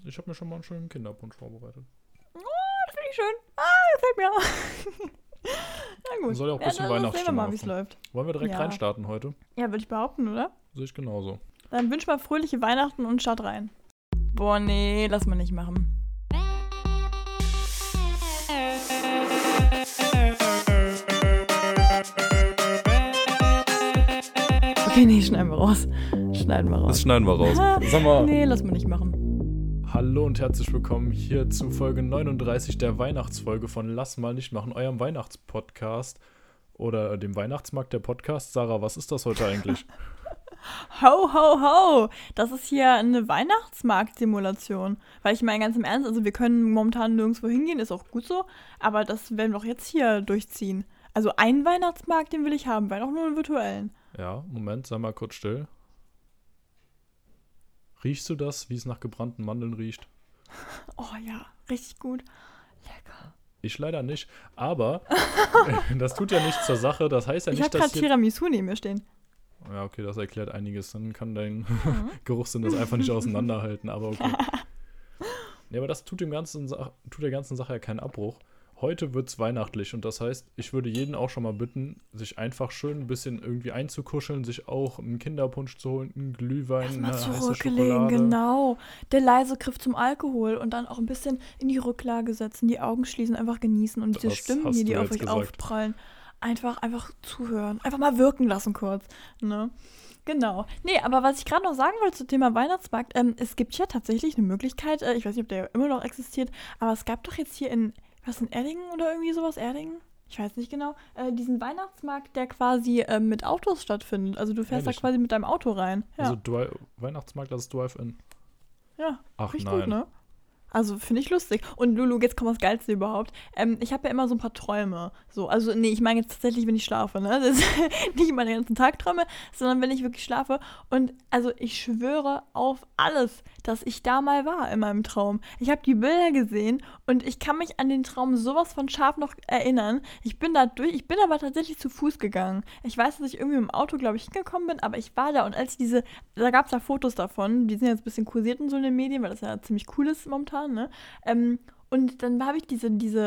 Ich habe mir schon mal einen schönen Kinderpunsch vorbereitet. Oh, das finde ich schön. Gefällt mir. Na gut. Soll ja auch ein bisschen Weihnachtsstimmung sehen wir mal, wie es läuft. Wollen wir direkt reinstarten heute? Ja, würde ich behaupten, oder? Sehe ich genauso. Dann wünsch mal fröhliche Weihnachten und start rein. Boah, nee, lass mal nicht machen. Okay, nee, schneiden wir raus. Das schneiden wir raus. Sag mal. Nee, lass mal nicht machen. Hallo und herzlich willkommen hier zu Folge 39 der Weihnachtsfolge von Lass mal nicht machen, eurem Weihnachtspodcast oder dem Weihnachtsmarkt der Podcast. Sarah, was ist das heute eigentlich? Ho, ho, ho! Das ist hier eine Weihnachtsmarkt-Simulation. Weil ich meine ganz im Ernst, also wir können momentan nirgendwo hingehen, ist auch gut so, aber das werden wir doch jetzt hier durchziehen. Also einen Weihnachtsmarkt, den will ich haben, weil auch nur einen virtuellen. Ja, Moment, sei mal kurz still. Riechst du das, wie es nach gebrannten Mandeln riecht? Oh ja, richtig gut. Lecker. Ich leider nicht, aber das tut ja nichts zur Sache. Das heißt ja nicht, dass ich habe gerade Tiramisu neben mir stehen. Ja, okay, das erklärt einiges. Dann kann dein Geruchssinn das einfach nicht auseinanderhalten, aber okay. Ja, aber das tut der ganzen Sache ja keinen Abbruch. Heute wird's weihnachtlich und das heißt, ich würde jeden auch schon mal bitten, sich einfach schön ein bisschen irgendwie einzukuscheln, sich auch einen Kinderpunsch zu holen, einen Glühwein, eine heiße Schokolade. Genau. Der leise Griff zum Alkohol und dann auch ein bisschen in die Rücklage setzen, die Augen schließen, einfach genießen und diese Stimmen hier, die auf euch aufprallen, einfach zuhören. Einfach mal wirken lassen kurz, ne? Genau. Nee, aber was ich gerade noch sagen wollte zum Thema Weihnachtsmarkt, es gibt ja tatsächlich eine Möglichkeit, ich weiß nicht, ob der immer noch existiert, aber es gab doch jetzt hier in Erdingen oder irgendwie sowas? Erdingen? Ich weiß nicht genau. Diesen Weihnachtsmarkt, der quasi mit Autos stattfindet. Also du fährst da quasi mit deinem Auto rein. Ja. Also Weihnachtsmarkt, das ist Drive-In. Ja, ach richtig nein. Gut, ne? Also finde ich lustig. Und Lulu, jetzt kommt das Geilste überhaupt. Ich habe ja immer so ein paar Träume. So, also nee, ich meine jetzt tatsächlich, wenn ich schlafe, ne? Das ist nicht immer den ganzen Tag träume, sondern wenn ich wirklich schlafe. Und also ich schwöre auf alles, dass ich da mal war in meinem Traum. Ich habe die Bilder gesehen und ich kann mich an den Traum sowas von scharf noch erinnern. Ich bin aber tatsächlich zu Fuß gegangen. Ich weiß, dass ich irgendwie im Auto, glaube ich, hingekommen bin, aber ich war da und als da gab es da Fotos davon, die sind jetzt ein bisschen kursiert in so den Medien, weil das ja ziemlich cool ist momentan. Ne? Und dann habe ich diese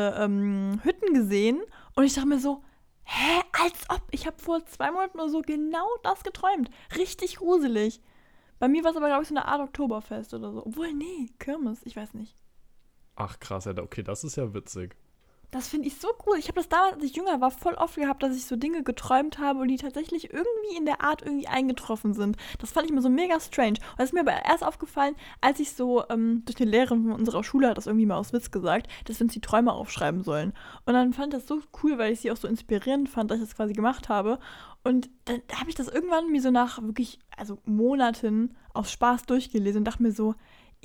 Hütten gesehen und ich dachte mir so, als ob, ich habe vor 2 Monaten oder so genau das geträumt. Richtig gruselig. Bei mir war es aber, glaube ich, so eine Art Oktoberfest oder so. Obwohl, nee, Kirmes, ich weiß nicht. Ach krass, ja, okay, das ist ja witzig. Das finde ich so cool. Ich habe das damals, als ich jünger war, voll oft gehabt, dass ich so Dinge geträumt habe und die tatsächlich irgendwie in der Art irgendwie eingetroffen sind. Das fand ich immer so mega strange. Und das ist mir aber erst aufgefallen, als ich so durch eine Lehrerin von unserer Schule hat das irgendwie mal aus Witz gesagt, dass wir uns die Träume aufschreiben sollen. Und dann fand ich das so cool, weil ich sie auch so inspirierend fand, dass ich das quasi gemacht habe. Und dann habe ich das irgendwann mir so nach wirklich, also Monaten aus Spaß durchgelesen und dachte mir so,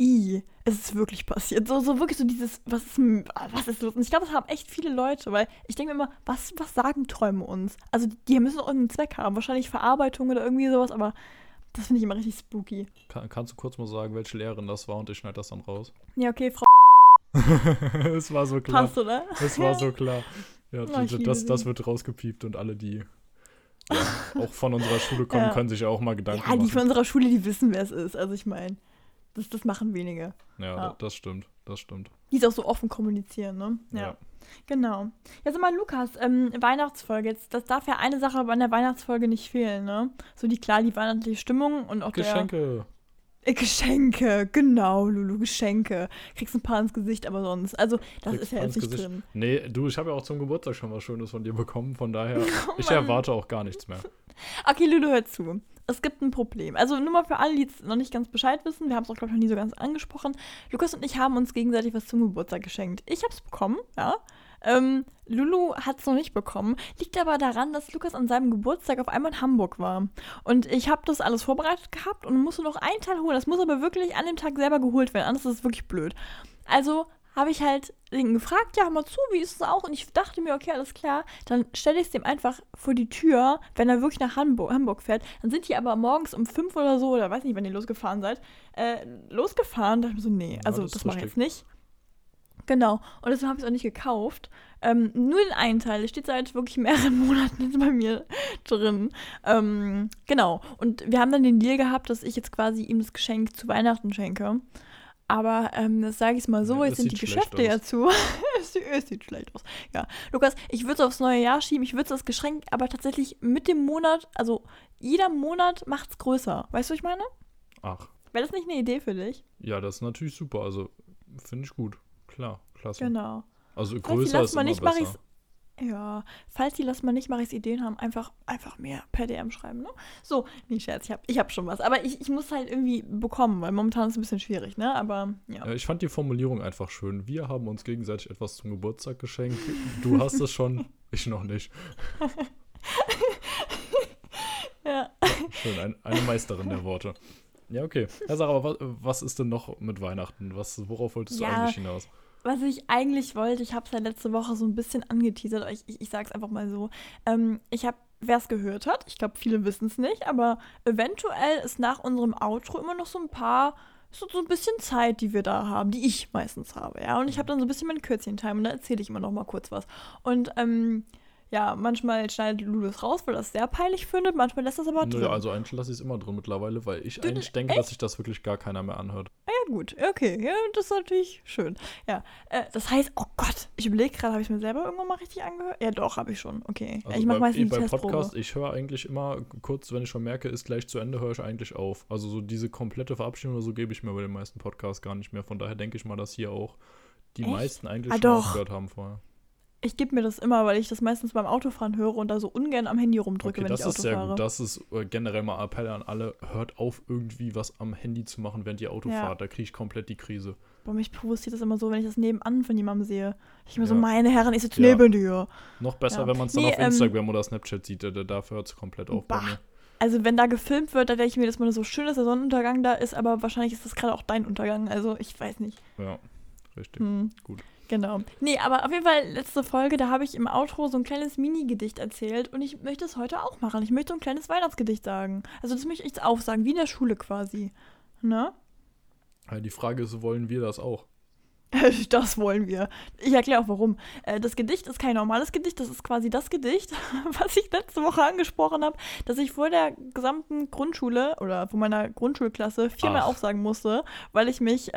es ist wirklich passiert. So wirklich so dieses, was ist los? Und ich glaube, das haben echt viele Leute, weil ich denke mir immer, was sagen Träume uns? Also die müssen auch irgendeinen Zweck haben. Wahrscheinlich Verarbeitung oder irgendwie sowas, aber das finde ich immer richtig spooky. Kannst du kurz mal sagen, welche Lehrerin das war und ich schneide das dann raus? Ja, okay, Frau. Es war so klar. Passt, oder? Es war so klar. Ja, Oh, das wird rausgepiept und alle, die auch von unserer Schule kommen, können sich ja auch mal Gedanken machen. Ja, die von unserer Schule, die wissen, wer es ist. Also ich meine, das machen wenige. Ja, das stimmt. Die es auch so offen kommunizieren, ne? Ja. Genau. Ja, sag mal, Lukas, Weihnachtsfolge. Jetzt, das darf ja eine Sache bei einer Weihnachtsfolge nicht fehlen, ne? So die weihnachtliche Stimmung und auch Geschenke. Geschenke, genau, Lulu, Geschenke. Kriegst ein paar ins Gesicht, aber sonst. Also, das ist ja jetzt nicht drin. Nee, du, ich habe ja auch zum Geburtstag schon was Schönes von dir bekommen, von daher, ich erwarte auch gar nichts mehr. Okay, Lulu, hör zu. Es gibt ein Problem. Also nur mal für alle, die jetzt noch nicht ganz Bescheid wissen, wir haben es auch, glaube ich, noch nie so ganz angesprochen. Lukas und ich haben uns gegenseitig was zum Geburtstag geschenkt. Ich habe es bekommen, ja. Lulu hat es noch nicht bekommen. Liegt aber daran, dass Lukas an seinem Geburtstag auf einmal in Hamburg war. Und ich habe das alles vorbereitet gehabt und musste noch einen Teil holen. Das muss aber wirklich an dem Tag selber geholt werden, anders ist es wirklich blöd. Also habe ich halt ihn gefragt, ja, hör mal zu, wie ist es auch? Und ich dachte mir, okay, alles klar, dann stelle ich es dem einfach vor die Tür, wenn er wirklich nach Hamburg fährt. Dann sind die aber morgens um 5 oder so, oder weiß nicht, wann ihr losgefahren seid, losgefahren. Da dachte ich mir so, nee, also das mache ich jetzt nicht. Genau, und deswegen habe ich es auch nicht gekauft. Nur den einen Teil, der steht seit wirklich mehreren Monaten jetzt bei mir drin. Genau, und wir haben dann den Deal gehabt, dass ich jetzt quasi ihm das Geschenk zu Weihnachten schenke. Aber das sage ich mal so, Ja, jetzt es sind die sieht schlecht Geschäfte ja aus. zu. Es sieht schlecht aus. Ja, Lukas, ich würde es aufs neue Jahr schieben, ich würde das Geschenk aber tatsächlich mit dem Monat, also jeder Monat macht es größer. Weißt du, was ich meine? Ach, Wäre das nicht eine Idee für dich? ja, das ist natürlich super. Also, finde ich gut. Klar, klasse. Genau. Also, Falls die größer Lass ist mal immer nicht, mache besser. ich's. Ja, falls die Lass mal nicht, mache ich's Ideen haben, einfach mehr per DM schreiben, ne? So, nee, Scherz, ich hab schon was. Aber ich muss halt irgendwie bekommen, weil momentan ist es ein bisschen schwierig, ne? Aber ja. Ich fand die Formulierung einfach schön. Wir haben uns gegenseitig etwas zum Geburtstag geschenkt. Du hast es schon, ich noch nicht. Ja. Schön, eine Meisterin der Worte. Ja, okay. Ja, Sarah, aber was ist denn noch mit Weihnachten? Worauf wolltest du Ja, eigentlich hinaus? was ich eigentlich wollte, ich habe es ja letzte Woche so ein bisschen angeteasert, aber ich sage es einfach mal so. Wer es gehört hat, ich glaube, viele wissen es nicht, aber eventuell ist nach unserem Outro immer noch so ein paar, so ein bisschen Zeit, die wir da haben, die ich meistens habe, ja. Und ich habe dann so ein bisschen mein Körzchen-Time und da erzähle ich immer noch mal kurz was. Und ja, manchmal schneidet Lulu es raus, weil er es sehr peinlich findet, manchmal lässt er es aber drin. Naja, also eigentlich lasse ich es immer drin mittlerweile, weil ich Du- eigentlich denke, dass sich das wirklich gar keiner mehr anhört. Ja, gut, okay, ja, das ist natürlich schön. Ja, das heißt, oh Gott, ich überlege gerade, habe ich es mir selber irgendwann mal richtig angehört? Ja, doch, habe ich schon, okay. Also Ich mache meistens die bei Testprobe. Podcast, ich höre eigentlich immer kurz, wenn ich schon merke, ist gleich zu Ende, höre ich eigentlich auf. Also so diese komplette Verabschiedung oder so gebe ich mir bei den meisten Podcasts gar nicht mehr. Von daher denke ich mal, dass hier auch die Echt? meisten eigentlich Ah, schon doch. aufgehört haben vorher. Ich gebe mir das immer, weil ich das meistens beim Autofahren höre und da so ungern am Handy rumdrücke, Okay, wenn das ich ist Auto sehr fahre. gut. Das ist generell mal Appell an alle, hört auf, irgendwie was am Handy zu machen, während ihr Auto Ja. fahrt. Da kriege ich komplett die Krise. Boah, mich provoziert das immer so, wenn ich das nebenan von jemandem sehe. Ich mir so, Ja. meine Herren, ich sitze Ja. neben dir. Noch besser, Ja. wenn man es dann Nee, auf Instagram oder Snapchat sieht. Dafür hört es komplett auf bei Bah. mir. Also wenn da gefilmt wird, da denke ich mir, dass man so schön, dass der Sonnenuntergang da ist, aber wahrscheinlich ist das gerade auch dein Untergang. Also ich weiß nicht. Ja, richtig. Gut. Genau. Nee, aber auf jeden Fall, letzte Folge, da habe ich im Outro so ein kleines Mini-Gedicht erzählt und ich möchte es heute auch machen. Ich möchte so ein kleines Weihnachtsgedicht sagen. Also das möchte ich jetzt aufsagen, wie in der Schule quasi. Ne? Ja, die Frage ist, wollen wir das auch? Das wollen wir. Ich erkläre auch warum. Das Gedicht ist kein normales Gedicht, das ist quasi das Gedicht, was ich letzte Woche angesprochen habe, dass ich vor der gesamten Grundschule oder vor meiner Grundschulklasse viermal Ach. aufsagen musste, weil ich mich,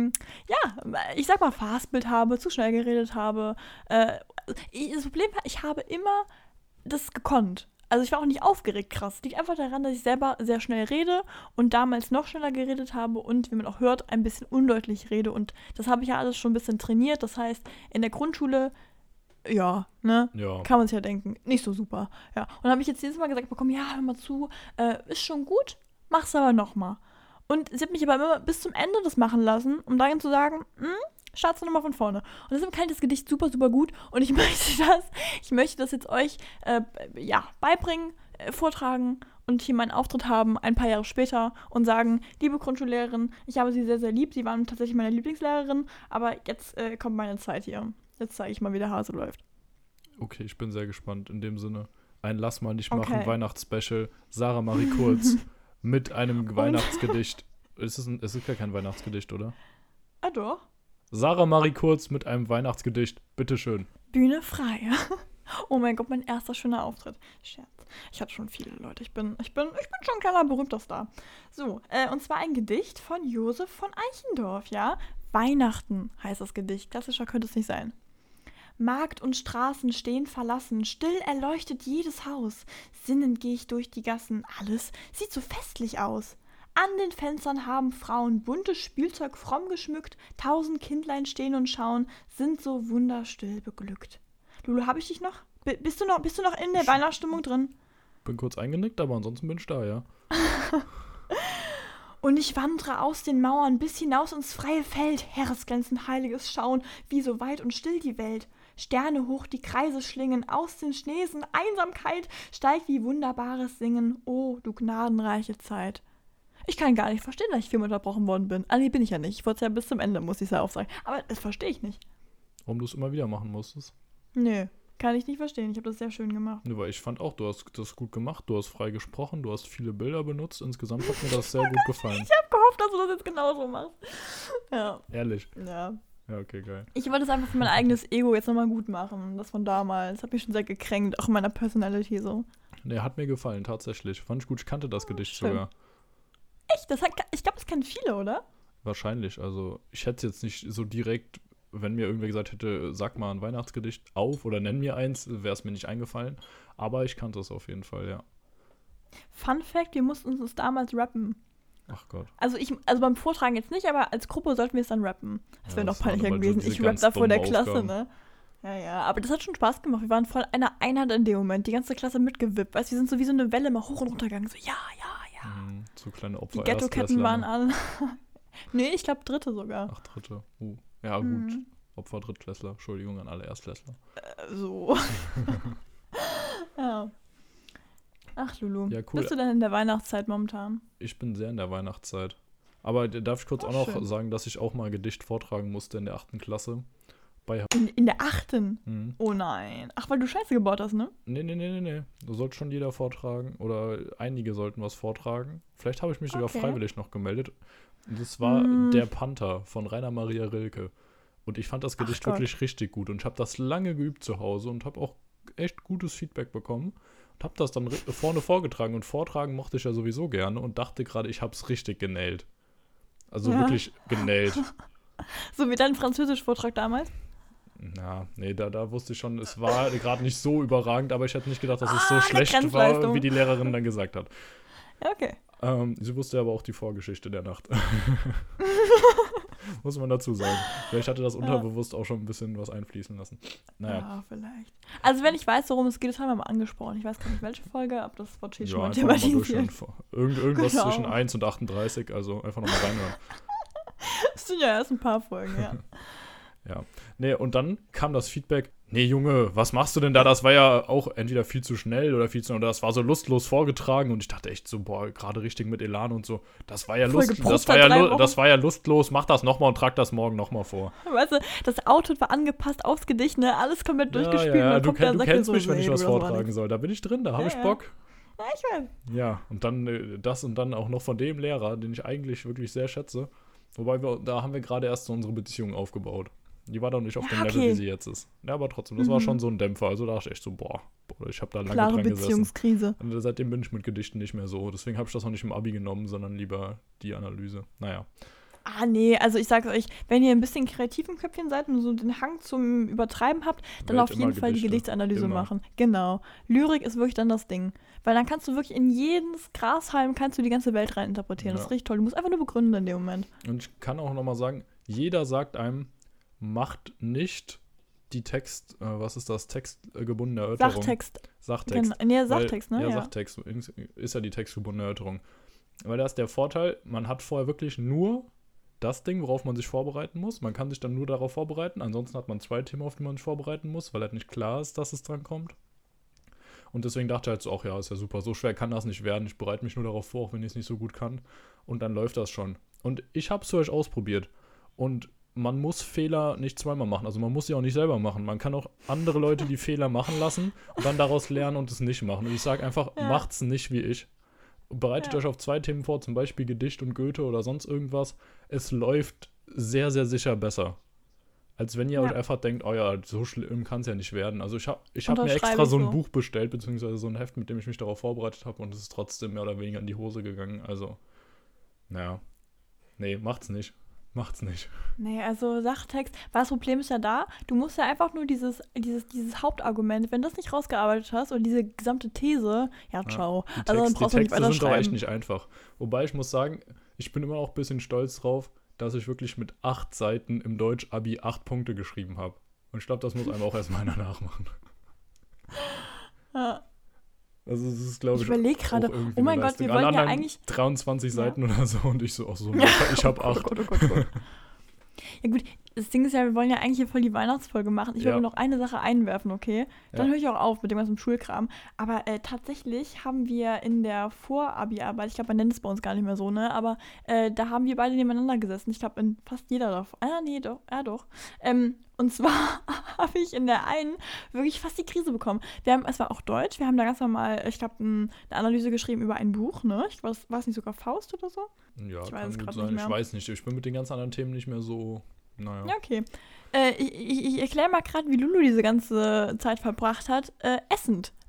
ich sag mal, verhaspelt habe, zu schnell geredet habe. Das Problem war, ich habe immer das gekonnt. Also ich war auch nicht aufgeregt, krass. Liegt einfach daran, dass ich selber sehr schnell rede und damals noch schneller geredet habe und, wie man auch hört, ein bisschen undeutlich rede. Und das habe ich ja alles schon ein bisschen trainiert. Das heißt, in der Grundschule, ja, ne, Ja. kann man sich ja denken, nicht so super. Ja. Und dann habe ich jetzt jedes Mal gesagt bekommen, ja, hör mal zu, ist schon gut, mach's aber nochmal. Und sie hat mich aber immer bis zum Ende das machen lassen, um dann zu sagen, start's nochmal von vorne. Und deshalb kann ich das Gedicht super, super gut und ich möchte das jetzt euch beibringen, vortragen und hier meinen Auftritt haben, ein paar Jahre später und sagen, liebe Grundschullehrerin, ich habe Sie sehr, sehr lieb, Sie waren tatsächlich meine Lieblingslehrerin, aber jetzt kommt meine Zeit hier. Jetzt zeige ich mal, wie der Hase läuft. Okay, ich bin sehr gespannt. In dem Sinne, ein Lass mal nicht Okay. machen Weihnachtsspecial. Sarah Marie Kurz mit einem Weihnachtsgedicht. Es ist gar kein Weihnachtsgedicht, oder? Ah doch. Sarah Marie Kurz mit einem Weihnachtsgedicht. Bitteschön. Bühne frei. Oh mein Gott, mein erster schöner Auftritt. Scherz. Ich hatte schon viele Leute. Ich bin schon ein kleiner berühmter Star. So, und zwar ein Gedicht von Josef von Eichendorff, ja? Weihnachten heißt das Gedicht. Klassischer könnte es nicht sein. Markt und Straßen stehen verlassen, still erleuchtet jedes Haus. Sinnend gehe ich durch die Gassen, alles sieht so festlich aus. An den Fenstern haben Frauen buntes Spielzeug fromm geschmückt, 1000 Kindlein stehen und schauen, sind so wunderstill beglückt. Lulu, hab ich dich noch? Bist du noch in der Weihnachtsstimmung drin? Bin kurz eingenickt, aber ansonsten bin ich da, ja. Und ich wandere aus den Mauern bis hinaus ins freie Feld, Heeresgrenzen heiliges Schauen, wie so weit und still die Welt. Sterne hoch die Kreise schlingen, aus den Schneesen Einsamkeit steigt wie wunderbares Singen, oh, du gnadenreiche Zeit. Ich kann gar nicht verstehen, dass ich viermal unterbrochen worden bin. Nee, bin ich ja nicht. Ich wollte es ja bis zum Ende, muss ich ja auch sagen. Aber das verstehe ich nicht. Warum du es immer wieder machen musstest? Nee, kann ich nicht verstehen. Ich habe das sehr schön gemacht. Nee, weil ich fand auch, du hast das gut gemacht, du hast frei gesprochen, du hast viele Bilder benutzt. Insgesamt hat mir das sehr gut gefallen. Ich habe gehofft, dass du das jetzt genauso machst. Ja, Ehrlich. ja. Ja, okay, geil. Ich wollte es einfach für mein eigenes Ego jetzt nochmal gut machen. Das von damals. Das hat mich schon sehr gekränkt, auch in meiner Personality so. Nee, hat mir gefallen, tatsächlich. Fand ich gut, ich kannte das Gedicht Schön. sogar. Echt? Ich glaube, das kennen viele, oder? wahrscheinlich. Also ich hätte es jetzt nicht so direkt, wenn mir irgendwer gesagt hätte, sag mal ein Weihnachtsgedicht auf oder nenn mir eins, wäre es mir nicht eingefallen. Aber ich kannte es auf jeden Fall, ja. Fun Fact, wir mussten uns damals rappen. Ach Gott. Also beim Vortragen jetzt nicht, aber als Gruppe sollten wir es dann rappen. Das wäre Ja, noch das waren peinlicher immer gewesen. diese Ich rapp ganz da vor der dummen Klasse, Aufgaben. ne? Ja, aber das hat schon Spaß gemacht. Wir waren voll einer Einheit in dem Moment. Die ganze Klasse mitgewippt. Weißt du, wir sind so wie so eine Welle mal hoch und runter gegangen. So, ja. So kleine Opfer. Die Ghetto-Ketten waren alle. Nee, ich glaube Dritte sogar. Ach, Dritte. Ja, gut. Opfer Drittklässler. Entschuldigung an alle Erstklässler. So. Ja. Ach, Lulu. Ja, cool. Bist du denn in der Weihnachtszeit momentan? Ich bin sehr in der Weihnachtszeit. Aber darf ich kurz auch noch schön. sagen, dass ich auch mal ein Gedicht vortragen musste in der 8. Klasse. In der 8. Mhm. Oh nein. Ach, weil du Scheiße gebaut hast, ne? Nee. Da sollte schon jeder vortragen. Oder einige sollten was vortragen. Vielleicht habe ich mich sogar freiwillig noch gemeldet. Das war Der Panther von Rainer Maria Rilke. Und ich fand das Gedicht wirklich richtig gut. Und ich habe das lange geübt zu Hause und habe auch echt gutes Feedback bekommen. Und habe das dann vorne vorgetragen. Und vortragen mochte ich ja sowieso gerne. Und dachte gerade, ich habe es richtig genailt. Also wirklich genailt. So wie dein Französisch-Vortrag damals? Na, nee, da wusste ich schon, es war gerade nicht so überragend, aber ich hätte nicht gedacht, dass es so schlecht war, wie die Lehrerin dann gesagt hat. Ja, okay. Sie wusste aber auch die Vorgeschichte der Nacht. Muss man dazu sagen. Vielleicht hatte das unterbewusst auch schon ein bisschen was einfließen lassen. Naja. Ja, vielleicht. Also wenn ich weiß, worum es geht, das haben wir mal angesprochen. Ich weiß gar nicht, welche Folge, aber das wird schon mal thematisiert. Irgendwas zwischen 1 und 38, also einfach nochmal reinhören. Das sind ja erst ein paar Folgen, ja. Ja. Nee, und dann kam das Feedback, nee, Junge, was machst du denn da? Das war ja auch entweder viel zu schnell oder das war so lustlos vorgetragen und ich dachte echt so, boah, gerade richtig mit Elan und so, das war ja lustlos, mach das nochmal und trag das morgen nochmal vor. Weißt du, das Outfit war angepasst aufs Gedicht, ne, alles komplett durchgespielt. Ja, du kennst mich, wenn ich was vortragen soll, da bin ich drin, da habe ich Bock. Ja, ich weiß. Ja, und dann das und dann auch noch von dem Lehrer, den ich eigentlich wirklich sehr schätze, wobei da haben wir gerade erst so unsere Beziehung aufgebaut. Die war doch nicht auf dem Level, wie sie jetzt ist. Ja, aber trotzdem, das war schon so ein Dämpfer. Also da dachte ich echt so, boah, ich habe da lange klare dran gesessen. Beziehungskrise. Und seitdem bin ich mit Gedichten nicht mehr so. Deswegen habe ich das auch nicht im Abi genommen, sondern lieber die Analyse. Naja. Nee, also ich sag's euch, wenn ihr ein bisschen kreativ im Köpfchen seid und so den Hang zum Übertreiben habt, dann auf jeden Fall die Gedichtsanalyse machen. Genau. Lyrik ist wirklich dann das Ding. Weil dann kannst du wirklich in jedes Grashalm kannst du die ganze Welt reininterpretieren. Das ist richtig toll. Du musst einfach nur begründen in dem Moment. Und ich kann auch nochmal sagen, jeder sagt einem, macht nicht die textgebundene Erörterung. Sachtext. Genau. Nee, Sachtext, ne? Ja, Sachtext ist ja die textgebundene Erörterung. Weil da ist der Vorteil, man hat vorher wirklich nur das Ding, worauf man sich vorbereiten muss. Man kann sich dann nur darauf vorbereiten. Ansonsten hat man 2 Themen, auf die man sich vorbereiten muss, weil halt nicht klar ist, dass es dran kommt. Und deswegen dachte ich halt so, ach ja, ist ja super, so schwer kann das nicht werden. Ich bereite mich nur darauf vor, auch wenn ich es nicht so gut kann. Und dann läuft das schon. Und ich habe es für euch ausprobiert. Und man muss Fehler nicht zweimal machen. Also man muss sie auch nicht selber machen. Man kann auch andere Leute die Fehler machen lassen und dann daraus lernen und es nicht machen. Und ich sage einfach, macht's nicht wie ich. Bereitet euch auf 2 Themen vor, zum Beispiel Gedicht und Goethe oder sonst irgendwas. Es läuft sehr, sehr sicher besser. Als wenn ihr euch einfach denkt, oh ja, so schlimm kann es ja nicht werden. Also ich hab mir extra so ein Buch bestellt, beziehungsweise so ein Heft, mit dem ich mich darauf vorbereitet habe und es ist trotzdem mehr oder weniger in die Hose gegangen. Also, naja. Nee, macht's nicht. Nee, also Sachtext, weil das Problem ist ja da, du musst ja einfach nur dieses Hauptargument, wenn du das nicht rausgearbeitet hast und diese gesamte These, ciao. Die Texte sind doch echt nicht einfach. Wobei ich muss sagen, ich bin immer noch ein bisschen stolz drauf, dass ich wirklich mit 8 Seiten im Deutsch-Abi 8 Punkte geschrieben habe. Und ich glaube, das muss einem auch erstmal einer nachmachen. Ja. Also es ist, glaube ich überlege gerade, oh mein Gott, wir wollen ja eigentlich 23 Seiten oder so und ich so, ich habe 8. Oh Gott. Ja gut, das Ding ist ja, wir wollen ja eigentlich hier voll die Weihnachtsfolge machen. Ich will noch eine Sache einwerfen, okay? Dann höre ich auch auf mit dem ganzen Schulkram. Aber tatsächlich haben wir in der Vor-Abi-Arbeit, ich glaube, man nennt es bei uns gar nicht mehr so, ne? Aber da haben wir beide nebeneinander gesessen. Ich glaube, in fast jeder davon. Doch. Und zwar habe ich in der einen wirklich fast die Krise bekommen. Es war auch Deutsch, wir haben da ganz normal, ich glaube, eine Analyse geschrieben über ein Buch, ne? War es nicht sogar Faust oder so? Ja, kann gut sein. Ich weiß nicht. Ich bin mit den ganz anderen Themen nicht mehr so, naja. Ja, okay. Ich erkläre mal gerade, wie Lulu diese ganze Zeit verbracht hat. Essend.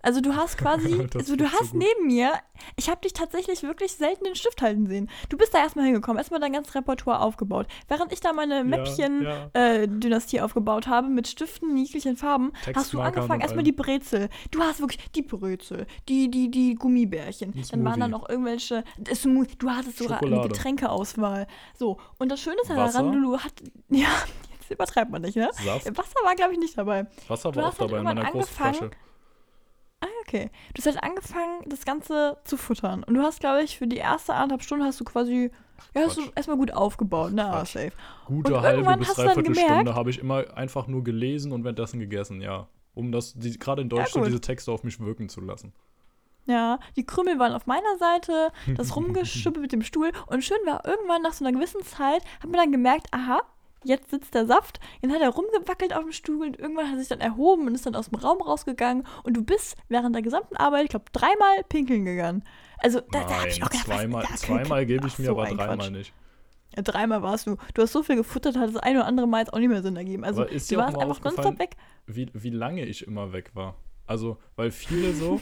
Also du hast quasi, Das also du passt so hast gut. neben mir, ich habe dich tatsächlich wirklich selten den Stift halten sehen. Du bist da erstmal hingekommen, erstmal dein ganzes Repertoire aufgebaut. Während ich da meine Ja. Mäppchen-Dynastie aufgebaut habe mit Stiften in jeglichen Farben, hast du Textmarkern angefangen, und erstmal allem. die Brezel. Du hast wirklich die Brezel, die Gummibärchen. Ein Dann waren da Smoothie. noch irgendwelche, du hattest sogar eine Schokolade. Getränkeauswahl. So, und das Schöne ist ja Wasser? daran, Lulu hat, ja, jetzt übertreibt man nicht, ne? Saft. Wasser war, glaube ich, nicht dabei. Wasser Du war auch hast halt dabei in irgendwann meiner großen angefangen, Flasche. okay. Du hast halt angefangen, das Ganze zu futtern. Und du hast, glaube ich, für die erste 1,5 Stunden hast du quasi, ja, hast du Quatsch. erstmal gut aufgebaut. Na, Quatsch. safe. Gute Und halbe irgendwann bis hast du dann dreiviertel Stunde gemerkt, habe ich immer einfach nur gelesen und währenddessen gegessen, ja. Um das, gerade in Deutsch, so gut. diese Texte auf mich wirken zu lassen. ja, die Krümel waren auf meiner Seite, das Rumgeschippe mit dem Stuhl. Und schön war, irgendwann nach so einer gewissen Zeit, hat man dann gemerkt, aha, jetzt sitzt der Saft. Dann hat er rumgewackelt auf dem Stuhl und irgendwann hat er sich dann erhoben und ist dann aus dem Raum rausgegangen. Und du bist während der gesamten Arbeit, ich glaube, 3-mal pinkeln gegangen. Also, da habe ich Nein, auch gedacht, zweimal gebe ich mir, so aber ein 3-mal Quatsch. nicht. Ja, 3-mal warst du. Du hast so viel gefuttert, hat das ein oder andere Mal jetzt auch nicht mehr Sinn ergeben. Also, Aber ist du dir auch warst mal einfach aufgefallen, nonstop weg. wie lange ich immer weg war? Also, weil viele so,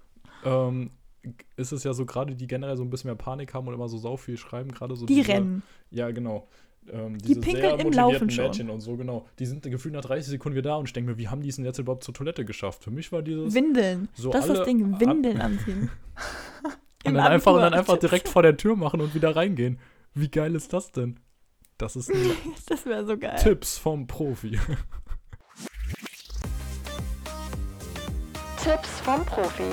ist es ja so, gerade die generell so ein bisschen mehr Panik haben und immer so sau viel schreiben, gerade so Die diese, rennen. ja, genau. Diese pinkeln sehr im motivierten Laufen schon. Mädchen und so, genau. Die sind gefühlt nach 30 Sekunden wieder da und ich denke mir, wie haben die es denn jetzt überhaupt zur Toilette geschafft? Für mich war dieses Windeln. so Das ist das alle Ding, Windeln anziehen. und Im dann einfach Abitur. direkt vor der Tür machen und wieder reingehen. Wie geil ist das denn? Das ist ein Das wäre so geil. Tipps vom Profi. Tipps vom Profi.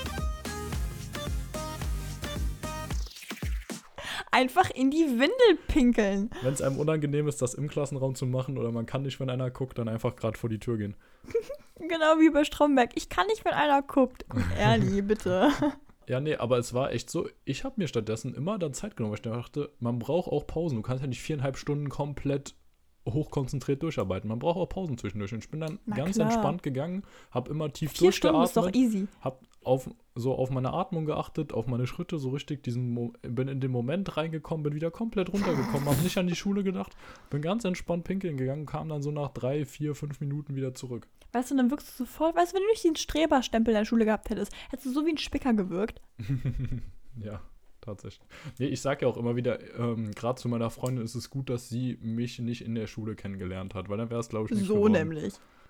Einfach in die Windel pinkeln. Wenn es einem unangenehm ist, das im Klassenraum zu machen oder man kann nicht, wenn einer guckt, dann einfach gerade vor die Tür gehen. Genau wie bei Stromberg. Ich kann nicht, wenn einer guckt. Erli, bitte. Ja, nee, aber es war echt so, ich habe mir stattdessen immer dann Zeit genommen, weil ich dachte, man braucht auch Pausen. Du kannst ja nicht 4,5 Stunden komplett hochkonzentriert durcharbeiten. Man braucht auch Pausen zwischendurch. Und ich bin dann Na ganz klar. entspannt gegangen, habe immer tief 4 Stunden ist doch durchgeatmet, easy. habe auf meine Atmung geachtet, auf meine Schritte, so richtig bin in den Moment reingekommen, bin wieder komplett runtergekommen, habe nicht an die Schule gedacht, bin ganz entspannt pinkeln gegangen, kam dann so nach 3, 4, 5 Minuten wieder zurück. Weißt du, dann wirkst du sofort, weißt du, wenn du nicht den Streberstempel in der Schule gehabt hättest, hättest du so wie ein Spicker gewirkt. Ja, tatsächlich. Nee, ich sag ja auch immer wieder, gerade zu meiner Freundin ist es gut, dass sie mich nicht in der Schule kennengelernt hat, weil dann wäre es, glaube ich, nicht So geworden. nämlich.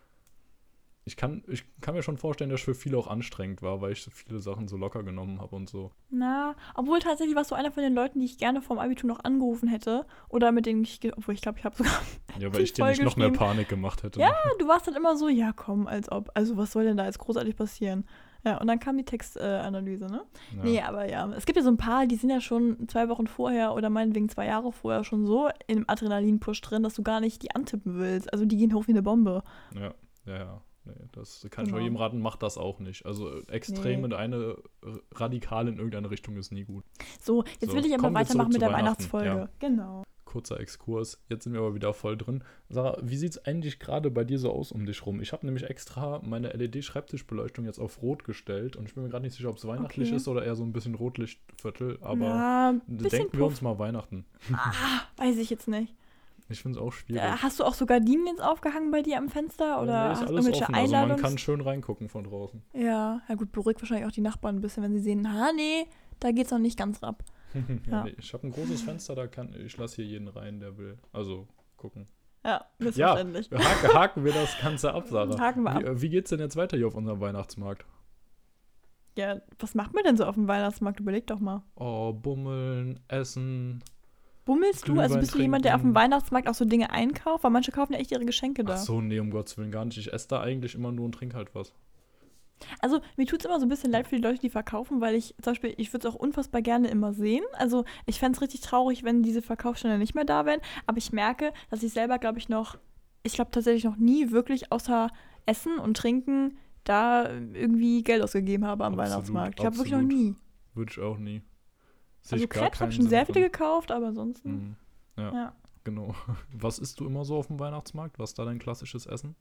Ich kann mir schon vorstellen, dass es für viele auch anstrengend war, weil ich so viele Sachen so locker genommen habe und so. Na, obwohl tatsächlich warst du einer von den Leuten, die ich gerne vorm Abitur noch angerufen hätte. Oder mit denen obwohl ich glaube, ich habe sogar Ja, weil ich dir nicht noch mehr Panik gemacht hätte. Ja, du warst dann immer so, ja komm, als ob. Also was soll denn da jetzt großartig passieren? Ja, und dann kam die Textanalyse, ne? Ja. Nee, aber ja, es gibt ja so ein paar, die sind ja schon 2 Wochen vorher oder meinetwegen 2 Jahre vorher schon so im Adrenalinpush drin, dass du gar nicht die antippen willst. Also die gehen hoch wie eine Bombe. Ja. Nee, das kann ich Genau. auch jedem raten, macht das auch nicht. Also extrem Nee. in eine radikal in irgendeine Richtung ist nie gut. So, jetzt So, will ich aber kommen wir weitermachen zurück mit zu der Weihnachten, Weihnachtsfolge. ja. Genau. Kurzer Exkurs, jetzt sind wir aber wieder voll drin. Sarah, wie sieht es eigentlich gerade bei dir so aus um dich rum? Ich habe nämlich extra meine LED-Schreibtischbeleuchtung jetzt auf Rot gestellt und ich bin mir gerade nicht sicher, ob es weihnachtlich Okay. ist oder eher so ein bisschen Rotlichtviertel, aber Ja, ein bisschen denken wir uns Puff. mal Weihnachten. Weiß ich jetzt nicht. Ich finde es auch schwierig. Hast du auch so Gardinen jetzt aufgehangen bei dir am Fenster? Oder Nee, ist hast du alles irgendwelche offen, also man Einladungs... kann schön reingucken von draußen. Ja, gut, beruhigt wahrscheinlich auch die Nachbarn ein bisschen, wenn sie sehen, nee, da geht's noch nicht ganz ab. Ja. Nee, ich habe ein großes Fenster, ich lasse hier jeden rein, der will. Also gucken. Ja, missverständlich. Haken wir das Ganze ab, Sarah. Haken wir ab. Wie geht's denn jetzt weiter hier auf unserem Weihnachtsmarkt? Ja, was macht man denn so auf dem Weihnachtsmarkt? Überleg doch mal. Oh, bummeln, essen. Bummelst du? Also Glühwein bist du jemand, der auf dem trinken. Weihnachtsmarkt auch so Dinge einkauft? Weil manche kaufen ja echt ihre Geschenke da. Ach so, nee, um Gottes Willen gar nicht. Ich esse da eigentlich immer nur und trinke halt was. Also mir tut's immer so ein bisschen leid für die Leute, die verkaufen, weil ich zum Beispiel, ich würde es auch unfassbar gerne immer sehen. Also ich fände es richtig traurig, wenn diese Verkaufsstände nicht mehr da wären. Aber ich merke, dass ich selber, glaube ich, tatsächlich noch nie wirklich außer Essen und Trinken da irgendwie Geld ausgegeben habe am Absolut, Weihnachtsmarkt. Ich habe wirklich noch absolut. nie. Würde ich auch nie. Sehe Also ich gar Crepes habe keinen ich schon Sinn sehr viele drin. gekauft, aber ansonsten, Mhm. Ja, ja. genau. Was isst du immer so auf dem Weihnachtsmarkt? Was ist da dein klassisches Essen?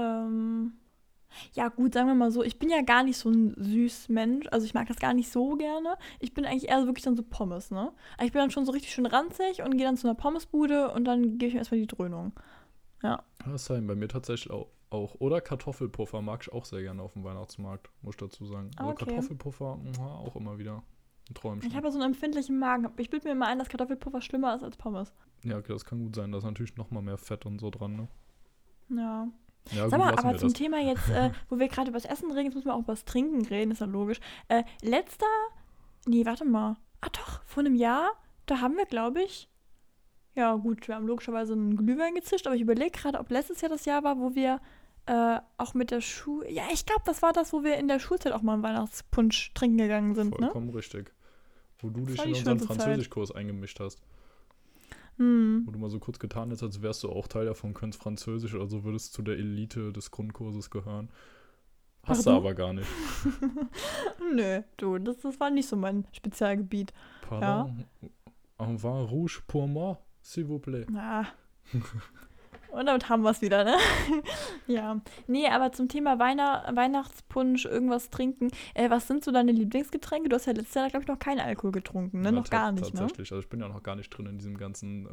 Ja gut, sagen wir mal so, ich bin ja gar nicht so ein süß Mensch, also ich mag das gar nicht so gerne. Ich bin eigentlich eher so wirklich dann so Pommes, ne? Aber ich bin dann schon so richtig schön ranzig und gehe dann zu einer Pommesbude und dann gebe ich mir erstmal die Dröhnung. Ja. Das ist bei mir tatsächlich auch. Oder Kartoffelpuffer mag ich auch sehr gerne auf dem Weihnachtsmarkt, muss ich dazu sagen. Also Okay. Kartoffelpuffer auch immer wieder ein Träumchen. Ich habe ja so einen empfindlichen Magen. Ich bilde mir immer ein, dass Kartoffelpuffer schlimmer ist als Pommes. Ja, okay, das kann gut sein. Da ist natürlich nochmal mehr Fett und so dran, ne? Ja. Ja, Sag gut, mal, lassen aber wir zum das. Thema jetzt, wo wir gerade über das Essen reden, jetzt müssen wir auch über das Trinken reden, ist ja logisch. Nee, warte mal. Ah doch, vor einem Jahr, da haben wir, glaube ich, ja gut, wir haben logischerweise einen Glühwein gezischt, aber ich überlege gerade, ob letztes Jahr das Jahr war, wo wir auch mit der Schule, ja, ich glaube, das war das, wo wir in der Schulzeit auch mal einen Weihnachtspunsch trinken gegangen sind, ne? Vollkommen richtig. Wo du dich war in die unseren schönste Zeit. Französischkurs eingemischt hast. Hm. Wo du mal so kurz getan hast, als wärst du auch Teil davon, könntest Französisch oder so, würdest zu der Elite des Grundkurses gehören. Hast du Pardon? aber gar nicht. Nö, du, das war nicht so mein Spezialgebiet. Pardon? Un vin rouge pour moi, s'il vous plaît. Na. Und damit haben wir es wieder, ne? Ja. Nee, aber zum Thema Weihnachtspunsch, irgendwas trinken. Was sind so deine Lieblingsgetränke? Du hast ja letztes Jahr, glaube ich, noch keinen Alkohol getrunken, ne? Ja, Noch gar nicht, ne? tatsächlich. Also ich bin ja noch gar nicht drin in diesem ganzen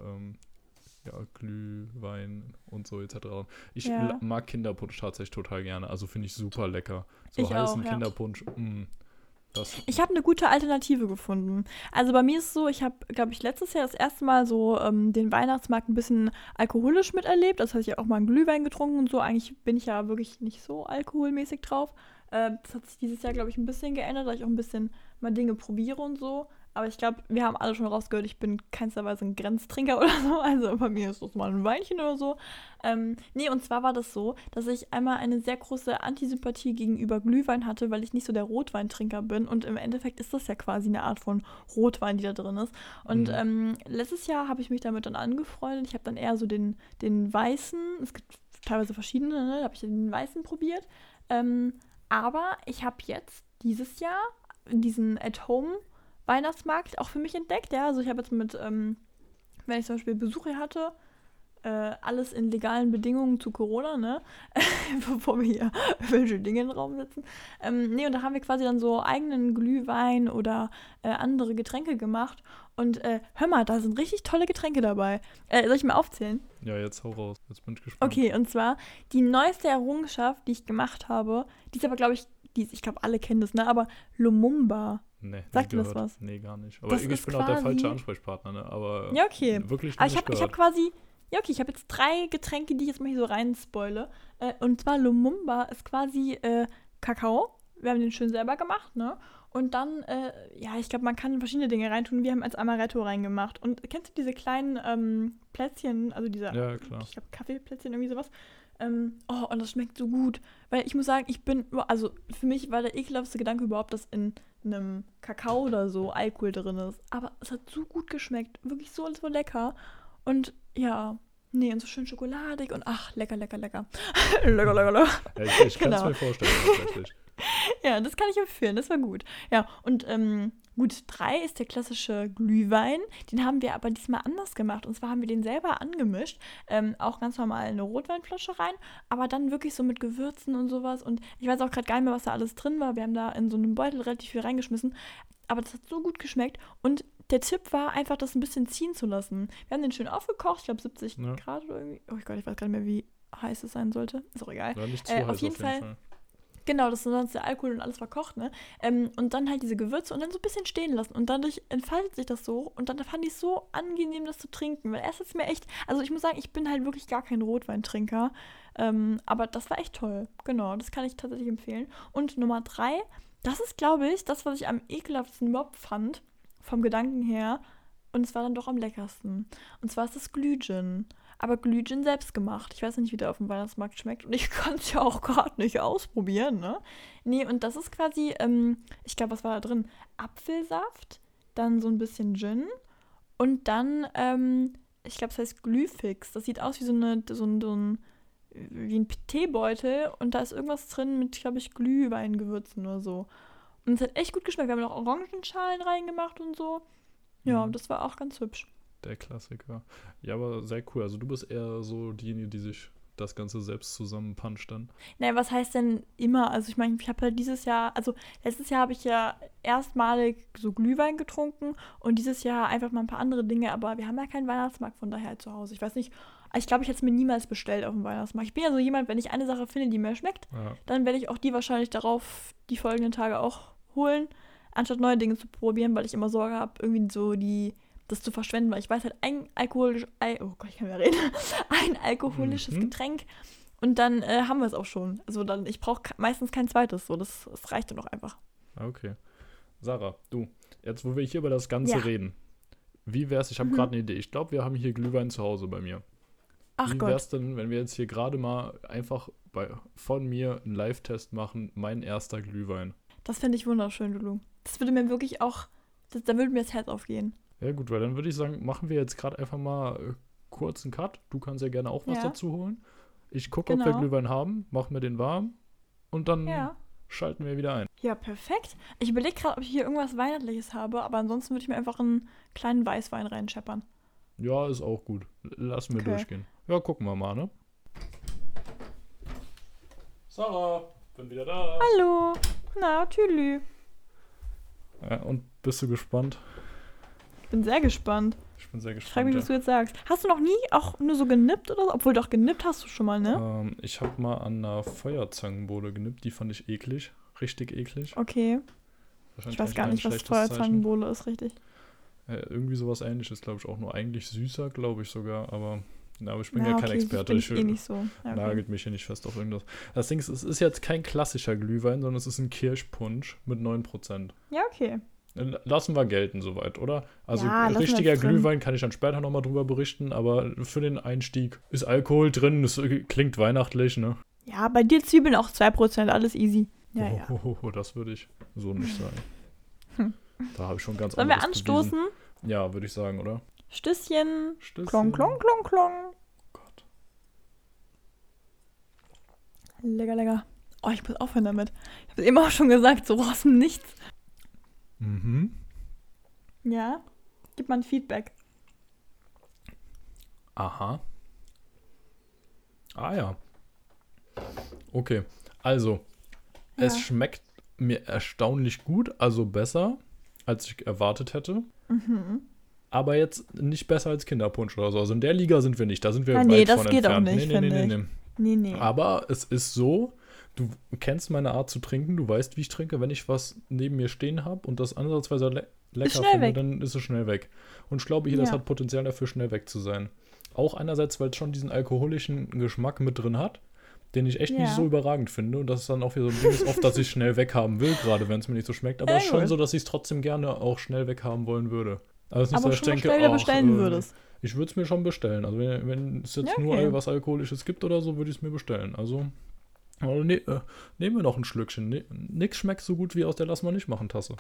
Glühwein und so etc. Ich Ja. mag Kinderpunsch tatsächlich total gerne. Also finde ich super lecker. So Ich heißen auch, ja. Kinderpunsch, das Ich habe eine gute Alternative gefunden. Also bei mir ist es so, ich habe, glaube ich, letztes Jahr das erste Mal so den Weihnachtsmarkt ein bisschen alkoholisch miterlebt. Das heißt, ich habe auch mal einen Glühwein getrunken und so. Eigentlich bin ich ja wirklich nicht so alkoholmäßig drauf. Das hat sich dieses Jahr, glaube ich, ein bisschen geändert, da ich auch ein bisschen mal Dinge probiere und so. Aber ich glaube, wir haben alle schon rausgehört, ich bin keinsterweise ein Grenztrinker oder so. Also bei mir ist das mal ein Weinchen oder so. Nee, und zwar war das so, dass ich einmal eine sehr große Antisympathie gegenüber Glühwein hatte, weil ich nicht so der Rotweintrinker bin. Und im Endeffekt ist das ja quasi eine Art von Rotwein, die da drin ist. Und letztes Jahr habe ich mich damit dann angefreundet. Ich habe dann eher so den weißen, es gibt teilweise verschiedene, ne? Da habe ich den weißen probiert. Aber ich habe jetzt dieses Jahr diesen At-Home-Weihnachtsmarkt auch für mich entdeckt. Ja, also ich habe jetzt wenn ich zum Beispiel Besuche hatte, alles in legalen Bedingungen zu Corona, ne? Bevor wir hier welche Dinge in den Raum setzen. Nee, und da haben wir quasi dann so eigenen Glühwein oder andere Getränke gemacht. Und hör mal, da sind richtig tolle Getränke dabei. Soll ich mal aufzählen? Ja, jetzt hau raus. Jetzt bin ich gespannt. Okay, und zwar die neueste Errungenschaft, die ich gemacht habe, die ist aber, glaube ich, ich glaube, alle kennen das, ne? Aber Lumumba. Nee, Sagt nie dir das gehört. was? Nee, gar nicht. Aber Das ich ist bin auch der quasi- falsche Ansprechpartner, ne? Aber Ja, okay. wirklich Aber noch ich nicht habe quasi, ja, okay, ich habe jetzt 3 Getränke, die ich jetzt mal hier so rein spoile. Und zwar Lumumba ist quasi Kakao. Wir haben den schön selber gemacht, ne? Und dann, ja, ich glaube, man kann verschiedene Dinge reintun. Wir haben als Amaretto reingemacht. Und kennst du diese kleinen Plätzchen, also diese, Ja, klar. ich glaube, Kaffeeplätzchen, irgendwie sowas? Oh, und das schmeckt so gut. Weil ich muss sagen, also für mich war der ekelhaftste Gedanke überhaupt, dass in einem Kakao oder so Alkohol drin ist. Aber es hat so gut geschmeckt. Wirklich so lecker. Und ja, nee, und so schön schokoladig und ach, lecker, lecker, lecker. Lecker, lecker, lecker. Ja, ich kann es Genau. mir vorstellen, tatsächlich. Ja, das kann ich empfehlen, das war gut. Ja, und gut, 3 ist der klassische Glühwein. Den haben wir aber diesmal anders gemacht. Und zwar haben wir den selber angemischt. Auch ganz normal eine Rotweinflasche rein, aber dann wirklich so mit Gewürzen und sowas. Und ich weiß auch gerade gar nicht mehr, was da alles drin war. Wir haben da in so einem Beutel relativ viel reingeschmissen. Aber das hat so gut geschmeckt. Und der Tipp war einfach, das ein bisschen ziehen zu lassen. Wir haben den schön aufgekocht, ich glaube 70 Ja. Grad oder irgendwie. Oh Gott, ich weiß gar nicht mehr, wie heiß es sein sollte. Ist auch egal. Ja, nicht zu heiß auf jeden Fall. Genau, das ist sonst der Alkohol und alles verkocht, ne? Und dann halt diese Gewürze und dann so ein bisschen stehen lassen. Und dadurch entfaltet sich das so. Und dann fand ich es so angenehm, das zu trinken. Weil erst ist mir echt, also ich muss sagen, ich bin halt wirklich gar kein Rotweintrinker. Aber das war echt toll. Genau, das kann ich tatsächlich empfehlen. Und Nummer 3, das ist, glaube ich, das, was ich am ekelhaftesten überhaupt fand, vom Gedanken her. Und es war dann doch am leckersten. Und zwar ist das Glühgin. Aber Glühgin selbst gemacht. Ich weiß nicht, wie der auf dem Weihnachtsmarkt schmeckt. Und ich kann es ja auch gerade nicht ausprobieren, ne? Nee, und das ist quasi, ich glaube, was war da drin? Apfelsaft, dann so ein bisschen Gin und dann, ich glaube, es heißt Glühfix. Das sieht aus wie so wie ein Teebeutel und da ist irgendwas drin mit, glaube ich, Glühweingewürzen oder so. Und es hat echt gut geschmeckt. Wir haben noch Orangenschalen reingemacht und so. Ja, das war auch ganz hübsch. Der Klassiker. Ja, aber sehr cool. Also du bist eher so diejenige, die sich das Ganze selbst zusammenpuncht dann. Naja, was heißt denn immer? Also ich meine, ich habe halt letztes Jahr habe ich ja erstmalig so Glühwein getrunken und dieses Jahr einfach mal ein paar andere Dinge, aber wir haben ja keinen Weihnachtsmarkt, von daher halt zu Hause. Ich weiß nicht, Ich glaube, ich hätte es mir niemals bestellt auf dem Weihnachtsmarkt. Ich bin ja so jemand, wenn ich eine Sache finde, die mir schmeckt, dann werde ich auch die wahrscheinlich darauf die folgenden Tage auch holen, anstatt neue Dinge zu probieren, weil ich immer Sorge habe, irgendwie so das zu verschwenden, weil ich weiß halt, ein alkoholisches Getränk und dann haben wir es auch schon. Also dann, ich brauche meistens kein zweites, so, das reicht dann auch einfach. Okay. Sarah, du, jetzt wo wir hier über das Ganze reden, wie wär's, ich habe gerade eine Idee, ich glaube, wir haben hier Glühwein zu Hause bei mir. Ach Wie Gott. wär's denn, wenn wir jetzt hier gerade mal einfach von mir einen Live-Test machen, mein erster Glühwein? Das fände ich wunderschön, Lulu. Das würde mir wirklich auch, da würde mir das Herz aufgehen. Ja gut, weil dann würde ich sagen, machen wir jetzt gerade einfach mal kurz einen Cut. Du kannst ja gerne auch was dazu holen. Ich gucke, ob wir Glühwein haben, machen wir den warm und dann schalten wir wieder ein. Ja, perfekt. Ich überlege gerade, ob ich hier irgendwas Weihnachtliches habe, aber ansonsten würde ich mir einfach einen kleinen Weißwein reinscheppern. Ja, ist auch gut. Lassen wir durchgehen. Ja, gucken wir mal, ne? Sarah, bin wieder da. Hallo. Na, tschüss. Ja, und bist du gespannt? Ich bin sehr gespannt. Ich bin sehr gespannt. Ich frage mich, was du jetzt sagst. Hast du noch nie auch nur so genippt oder so? Obwohl doch genippt hast du schon mal, ne? Ich habe mal an einer Feuerzangenbowle genippt. Die fand ich eklig. Richtig eklig. Okay. Ich weiß gar nicht, was Feuerzangenbowle ist, richtig. Irgendwie sowas Ähnliches, glaube ich, auch nur eigentlich süßer, glaube ich sogar, aber ich bin ja kein Experte. Ich bin nicht so. Ja, okay. Nagelt mich hier nicht fest auf irgendwas. Das Ding ist, es ist jetzt kein klassischer Glühwein, sondern es ist ein Kirschpunsch mit 9%. Ja, okay. Lassen wir gelten soweit, oder? Also richtiger Glühwein kann ich dann später nochmal drüber berichten, aber für den Einstieg ist Alkohol drin, das klingt weihnachtlich, ne? Ja, bei dir Zwiebeln auch 2%, alles easy. Ja, das würde ich so nicht sagen. Da habe ich schon ganz Sollen wir anstoßen? Bewiesen. Ja, würde ich sagen, oder? Stößchen. Klong, klong, klong, klong. Gott. Lecker, lecker. Oh, ich muss aufhören damit. Ich habe es eben auch schon gesagt, so aus dem Nichts. Mhm. Ja? Gib mal ein Feedback. Aha. Ah ja. Okay, also, es schmeckt mir erstaunlich gut, also besser, als ich erwartet hätte. Mhm. Aber jetzt nicht besser als Kinderpunsch oder so. Also in der Liga sind wir nicht, da sind wir weit das von geht entfernt. Auch nicht, Nee. Aber es ist so, du kennst meine Art zu trinken, du weißt, wie ich trinke. Wenn ich was neben mir stehen habe und das ansatzweise lecker finde, dann ist es schnell weg. Und ich glaube, hier, das hat Potenzial dafür, schnell weg zu sein. Auch einerseits, weil es schon diesen alkoholischen Geschmack mit drin hat, den ich echt nicht so überragend finde. Und das ist dann auch wieder so ein Ding, ist oft, dass ich schnell weghaben will, gerade wenn es mir nicht so schmeckt. Aber es ist schon so, dass ich es trotzdem gerne auch schnell weghaben wollen würde. Also nicht, aber dass schon ich denke, schnell bestellen würdest. Ich würde es mir schon bestellen. Also wenn es jetzt nur was Alkoholisches gibt oder so, würde ich es mir bestellen. Also nehmen wir noch ein Schlückchen. Nix schmeckt so gut wie aus der Lass-mal-nicht-machen-Tasse.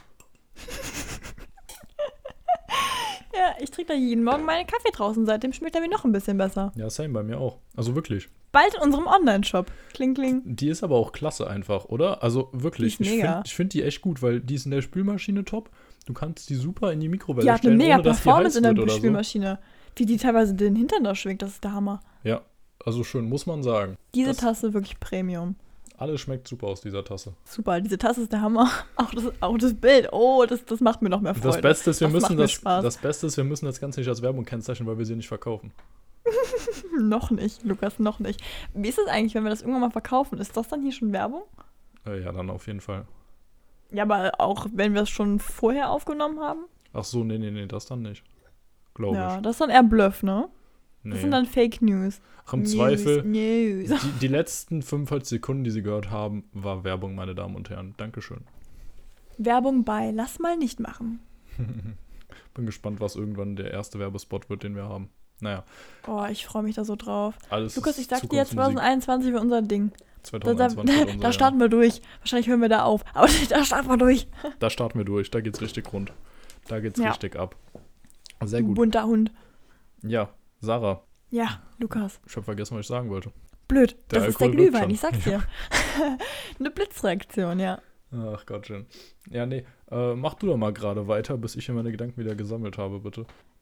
Ja, ich trinke da jeden Morgen meinen Kaffee draußen. Seitdem schmeckt er mir noch ein bisschen besser. Ja, same bei mir auch. Also wirklich. Bald in unserem Online-Shop. Kling, kling. Die ist aber auch klasse einfach, oder? Also wirklich. Die ist mega. Ich finde die echt gut, weil die ist in der Spülmaschine top. Du kannst die super in die Mikrowelle stellen, ohne mega dass die Performance heiß in wird der Spülmaschine. So. Wie die teilweise den Hintern da schwingt, das ist der Hammer. Ja, also schön, muss man sagen. Diese Tasse wirklich Premium. Alles schmeckt super aus dieser Tasse. Super, diese Tasse ist der Hammer. Auch das Bild, das macht mir noch mehr Freude. Das Beste ist, wir müssen das Ganze nicht als Werbung kennzeichnen, weil wir sie nicht verkaufen. Noch nicht, Lukas, noch nicht. Wie ist es eigentlich, wenn wir das irgendwann mal verkaufen? Ist das dann hier schon Werbung? Ja, dann auf jeden Fall. Ja, aber auch wenn wir es schon vorher aufgenommen haben? Ach so, nee, das dann nicht. Glaube ich. Ja, das ist dann eher Bluff, ne? Nee. Das sind dann Fake News. Ach, im Zweifel, die letzten 45 Sekunden, die Sie gehört haben, war Werbung, meine Damen und Herren. Dankeschön. Werbung bei Lass mal nicht machen. Bin gespannt, was irgendwann der erste Werbespot wird, den wir haben. Naja. Oh, ich freue mich da so drauf. Alles Lukas, ich sag dir, 2021 wird unser Ding. 2021 da starten wir durch. Wahrscheinlich hören wir da auf. Aber da starten wir durch. Da starten wir durch. Da geht's richtig rund. Da geht's richtig ab. Sehr gut. Bunter Hund. Ja, Sarah. Ja, Lukas. Ich habe vergessen, was ich sagen wollte. Blöd. Das ist der Glühwein, ich sag's dir. Eine Blitzreaktion, ja. Ach Gottchen. Ja, nee. Mach du doch mal gerade weiter, bis ich hier meine Gedanken wieder gesammelt habe, bitte.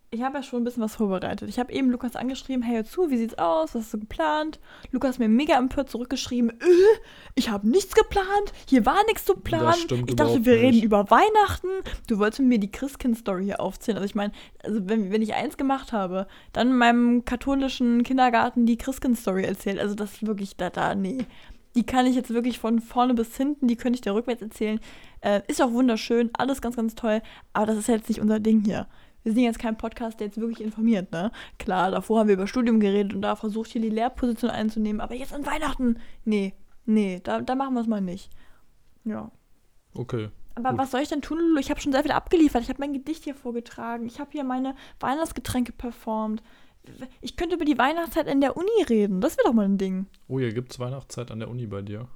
Ich habe ja schon ein bisschen was vorbereitet. Ich habe eben Lukas angeschrieben, hey, hör zu, wie sieht's aus? Was hast du geplant? Lukas hat mir mega empört zurückgeschrieben, ich habe nichts geplant, hier war nichts zu planen. Das stimmt Ich dachte, überhaupt wir nicht. reden über Weihnachten. Du wolltest mit mir die Christkind-Story hier aufzählen. Also ich meine, wenn ich eins gemacht habe, dann in meinem katholischen Kindergarten die Christkind-Story erzählt. Also das ist wirklich, nee. Die kann ich jetzt wirklich von vorne bis hinten, die könnte ich dir rückwärts erzählen. Ist auch wunderschön, alles ganz, ganz toll, aber das ist jetzt nicht unser Ding hier. Wir sind jetzt kein Podcast, der jetzt wirklich informiert, ne? Klar, davor haben wir über Studium geredet und da versucht, hier die Lehrposition einzunehmen, aber jetzt an Weihnachten, nee, da machen wir es mal nicht. Ja. Okay. Aber gut. was soll ich denn tun, Lulu? Ich habe schon sehr viel abgeliefert. Ich habe mein Gedicht hier vorgetragen. Ich habe hier meine Weihnachtsgetränke performt. Ich könnte über die Weihnachtszeit in der Uni reden. Das wäre doch mal ein Ding. Oh, hier gibt's Weihnachtszeit an der Uni bei dir.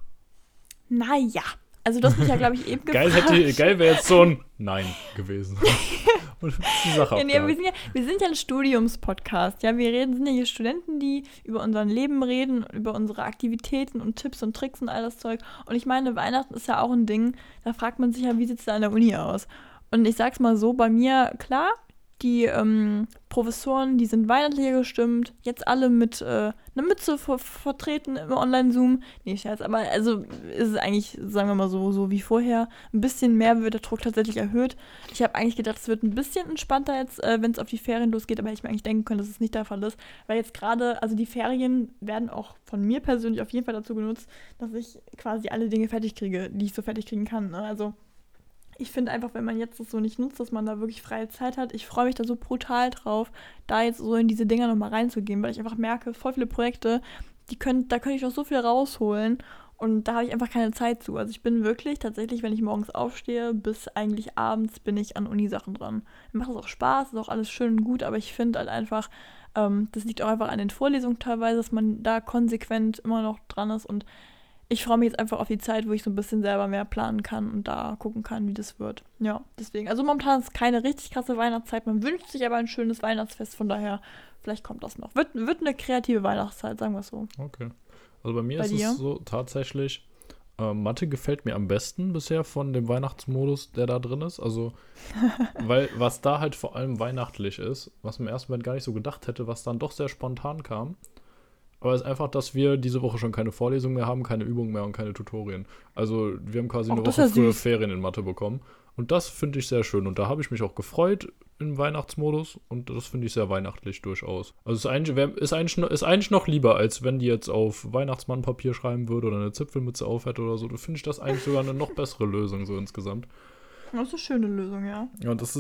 Naja. Also du hast mich ja, glaube ich, eben gefragt. Geil wäre jetzt so ein Nein gewesen. Und die Sache Ja, wir sind ja ein Studiumspodcast. Ja, sind ja hier Studenten, die über unser Leben reden, über unsere Aktivitäten und Tipps und Tricks und all das Zeug. Und ich meine, Weihnachten ist ja auch ein Ding. Da fragt man sich ja, wie sieht es da an der Uni aus? Und ich sag's mal so, bei mir, klar, die Professoren, die sind weihnachtlicher gestimmt. Jetzt alle mit einer Mütze vertreten im Online-Zoom. Nee, Scherz, aber also ist es eigentlich, sagen wir mal so wie vorher. Ein bisschen mehr wird der Druck tatsächlich erhöht. Ich habe eigentlich gedacht, es wird ein bisschen entspannter jetzt, wenn es auf die Ferien losgeht, aber hätte ich mir eigentlich denken können, dass es nicht der Fall ist. Weil jetzt gerade, also die Ferien werden auch von mir persönlich auf jeden Fall dazu genutzt, dass ich quasi alle Dinge fertig kriege, die ich so fertig kriegen kann. Ne? Also ich finde einfach, wenn man jetzt das so nicht nutzt, dass man da wirklich freie Zeit hat, ich freue mich da so brutal drauf, da jetzt so in diese Dinger nochmal reinzugehen, weil ich einfach merke, voll viele Projekte, da könnte ich noch so viel rausholen und da habe ich einfach keine Zeit zu. Also ich bin wirklich tatsächlich, wenn ich morgens aufstehe, bis eigentlich abends bin ich an Unisachen dran. Mir macht das auch Spaß, ist auch alles schön und gut, aber ich finde halt einfach, das liegt auch einfach an den Vorlesungen teilweise, dass man da konsequent immer noch dran ist und ich freue mich jetzt einfach auf die Zeit, wo ich so ein bisschen selber mehr planen kann und da gucken kann, wie das wird. Ja, deswegen. Also momentan ist keine richtig krasse Weihnachtszeit. Man wünscht sich aber ein schönes Weihnachtsfest. Von daher, vielleicht kommt das noch. Wird eine kreative Weihnachtszeit, sagen wir es so. Okay. Also bei mir ist es so tatsächlich, Mathe gefällt mir am besten bisher von dem Weihnachtsmodus, der da drin ist. Also, weil was da halt vor allem weihnachtlich ist, was man im ersten Moment gar nicht so gedacht hätte, was dann doch sehr spontan kam. Aber es ist einfach, dass wir diese Woche schon keine Vorlesungen mehr haben, keine Übungen mehr und keine Tutorien. Also wir haben quasi eine Woche früher Ferien in Mathe bekommen. Und das finde ich sehr schön. Und da habe ich mich auch gefreut im Weihnachtsmodus. Und das finde ich sehr weihnachtlich durchaus. Also ist eigentlich noch lieber, als wenn die jetzt auf Weihnachtsmannpapier schreiben würde oder eine Zipfelmütze auf hätte oder so. Da finde ich das eigentlich sogar eine noch bessere Lösung so insgesamt. Das ist eine schöne Lösung, ja. Ja, und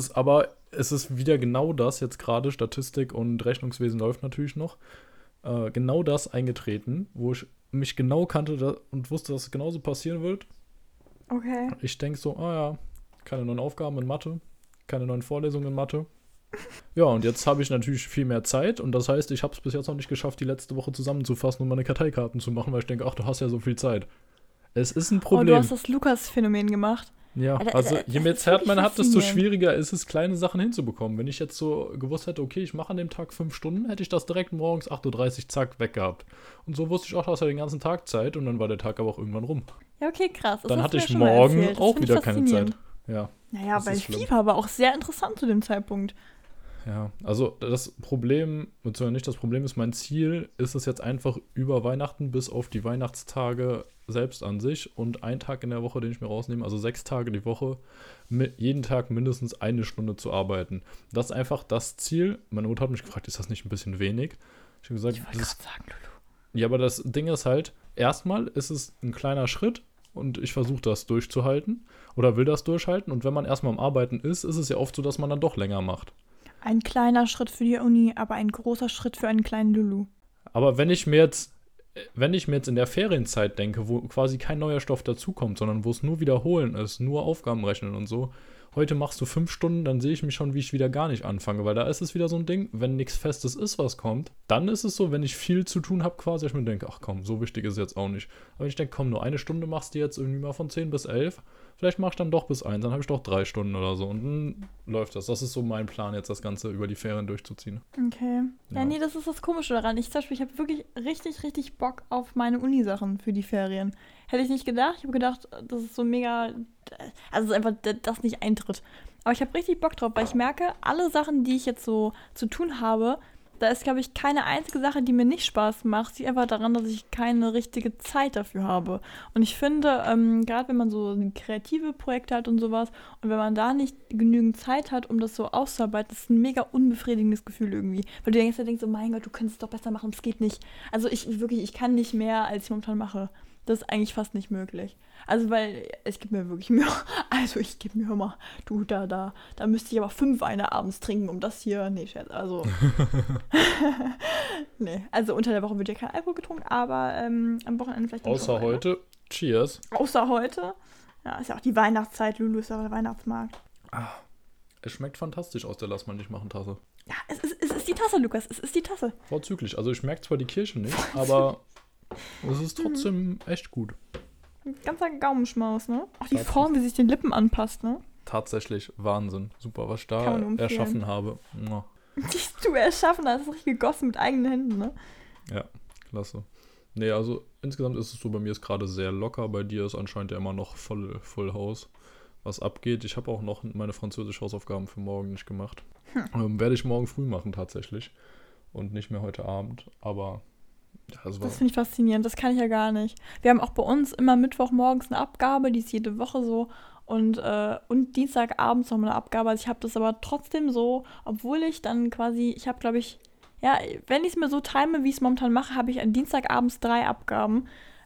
es ist wieder genau das jetzt gerade. Statistik und Rechnungswesen läuft natürlich noch. Genau das eingetreten, wo ich mich genau kannte und wusste, dass es genauso passieren wird. Okay. Ich denke so, keine neuen Aufgaben in Mathe, keine neuen Vorlesungen in Mathe. Ja, und jetzt habe ich natürlich viel mehr Zeit und das heißt, ich habe es bis jetzt noch nicht geschafft, die letzte Woche zusammenzufassen und meine Karteikarten zu machen, weil ich denke, ach, du hast ja so viel Zeit. Es ist ein Problem. Oh, du hast das Lukas-Phänomen gemacht. Ja, also je mehr Zeit man hat, desto schwieriger ist es, kleine Sachen hinzubekommen. Wenn ich jetzt so gewusst hätte, okay, ich mache an dem Tag 5 Stunden, hätte ich das direkt morgens 8:30 Uhr, zack, weg gehabt. Und so wusste ich auch, dass ja den ganzen Tag Zeit und dann war der Tag aber auch irgendwann rum. Ja, okay, krass. Dann hatte ich morgen auch wieder keine Zeit. Ja. Naja, weil FIFA war auch sehr interessant zu dem Zeitpunkt. Ja, also das Problem, beziehungsweise nicht das Problem ist, mein Ziel ist es jetzt einfach über Weihnachten bis auf die Weihnachtstage selbst an sich und einen Tag in der Woche, den ich mir rausnehme, also 6 Tage die Woche, jeden Tag mindestens 1 Stunde zu arbeiten. Das ist einfach das Ziel. Meine Mutter hat mich gefragt, ist das nicht ein bisschen wenig? Ich habe gesagt, ich wollte gerade sagen, Lulu. Ja, aber das Ding ist halt, erstmal ist es ein kleiner Schritt und ich versuche das durchzuhalten oder will das durchhalten und wenn man erstmal am Arbeiten ist, ist es ja oft so, dass man dann doch länger macht. Ein kleiner Schritt für die Uni, aber ein großer Schritt für einen kleinen Lulu. Aber wenn ich mir jetzt in der Ferienzeit denke, wo quasi kein neuer Stoff dazukommt, sondern wo es nur Wiederholen ist, nur Aufgaben rechnen und so, heute machst du 5 Stunden, dann sehe ich mich schon, wie ich wieder gar nicht anfange, weil da ist es wieder so ein Ding, wenn nichts Festes ist, was kommt, dann ist es so, wenn ich viel zu tun habe quasi, ich mir denke, ach komm, so wichtig ist es jetzt auch nicht. Aber wenn ich denke, komm, nur 1 Stunde machst du jetzt irgendwie mal von 10 bis 11, vielleicht mach ich dann doch bis 1, dann habe ich doch 3 Stunden oder so und dann läuft das. Das ist so mein Plan, jetzt das Ganze über die Ferien durchzuziehen. Okay. Ja, nee, das ist das Komische daran. Ich habe wirklich richtig, richtig Bock auf meine Unisachen für die Ferien. Hätte ich nicht gedacht. Ich habe gedacht, das ist so mega, also es ist einfach, das nicht eintritt. Aber ich habe richtig Bock drauf, weil ich merke, alle Sachen, die ich jetzt so zu tun habe, da ist, glaube ich, keine einzige Sache, die mir nicht Spaß macht. Sie einfach daran, dass ich keine richtige Zeit dafür habe. Und ich finde, gerade wenn man so kreative Projekte hat und sowas, und wenn man da nicht genügend Zeit hat, um das so auszuarbeiten, das ist ein mega unbefriedigendes Gefühl irgendwie. Weil du die ganze Zeit denkst, oh mein Gott, du könntest es doch besser machen, es geht nicht. Also ich kann nicht mehr, als ich momentan mache. Das ist eigentlich fast nicht möglich. Also, weil es gibt mir wirklich Mühe. Also, ich gebe mir immer, du, da müsste ich aber 5 Weine abends trinken, um das hier. Nee, Scherz, also. Nee, also unter der Woche wird ja kein Alkohol getrunken, aber am Wochenende vielleicht dann Außer schon mal, ne? heute. Cheers. Außer heute. Ja, ist ja auch die Weihnachtszeit. Lulu ist ja der Weihnachtsmarkt. Es schmeckt fantastisch aus der Lass mal nicht machen Tasse. Ja, es ist die Tasse, Lukas. Es ist die Tasse. Vorzüglich. Also ich merke zwar die Kirsche nicht, aber es ist trotzdem echt gut. Ein ganzer Gaumenschmaus, ne? Auch die Form, wie sich den Lippen anpasst, ne? Tatsächlich Wahnsinn. Super, was ich da Kann man empfehlen. erschaffen habe. Mua. Die du erschaffen hast, ist richtig gegossen mit eigenen Händen, ne? Ja, klasse. Nee, also insgesamt ist es so, bei mir ist gerade sehr locker. Bei dir ist anscheinend ja immer noch voll Haus, was abgeht. Ich habe auch noch meine französische Hausaufgaben für morgen nicht gemacht. Werde ich morgen früh machen tatsächlich. Und nicht mehr heute Abend. Aber ja, das finde ich faszinierend. Das kann ich ja gar nicht. Wir haben auch bei uns immer Mittwochmorgens eine Abgabe, die ist jede Woche so. Und Dienstagabends nochmal eine Abgabe. Also ich habe das aber trotzdem so, obwohl ich dann quasi, ich habe glaube ich, ja, wenn ich es mir so time, wie ich es momentan mache, habe ich an Dienstagabends 3 Abgaben.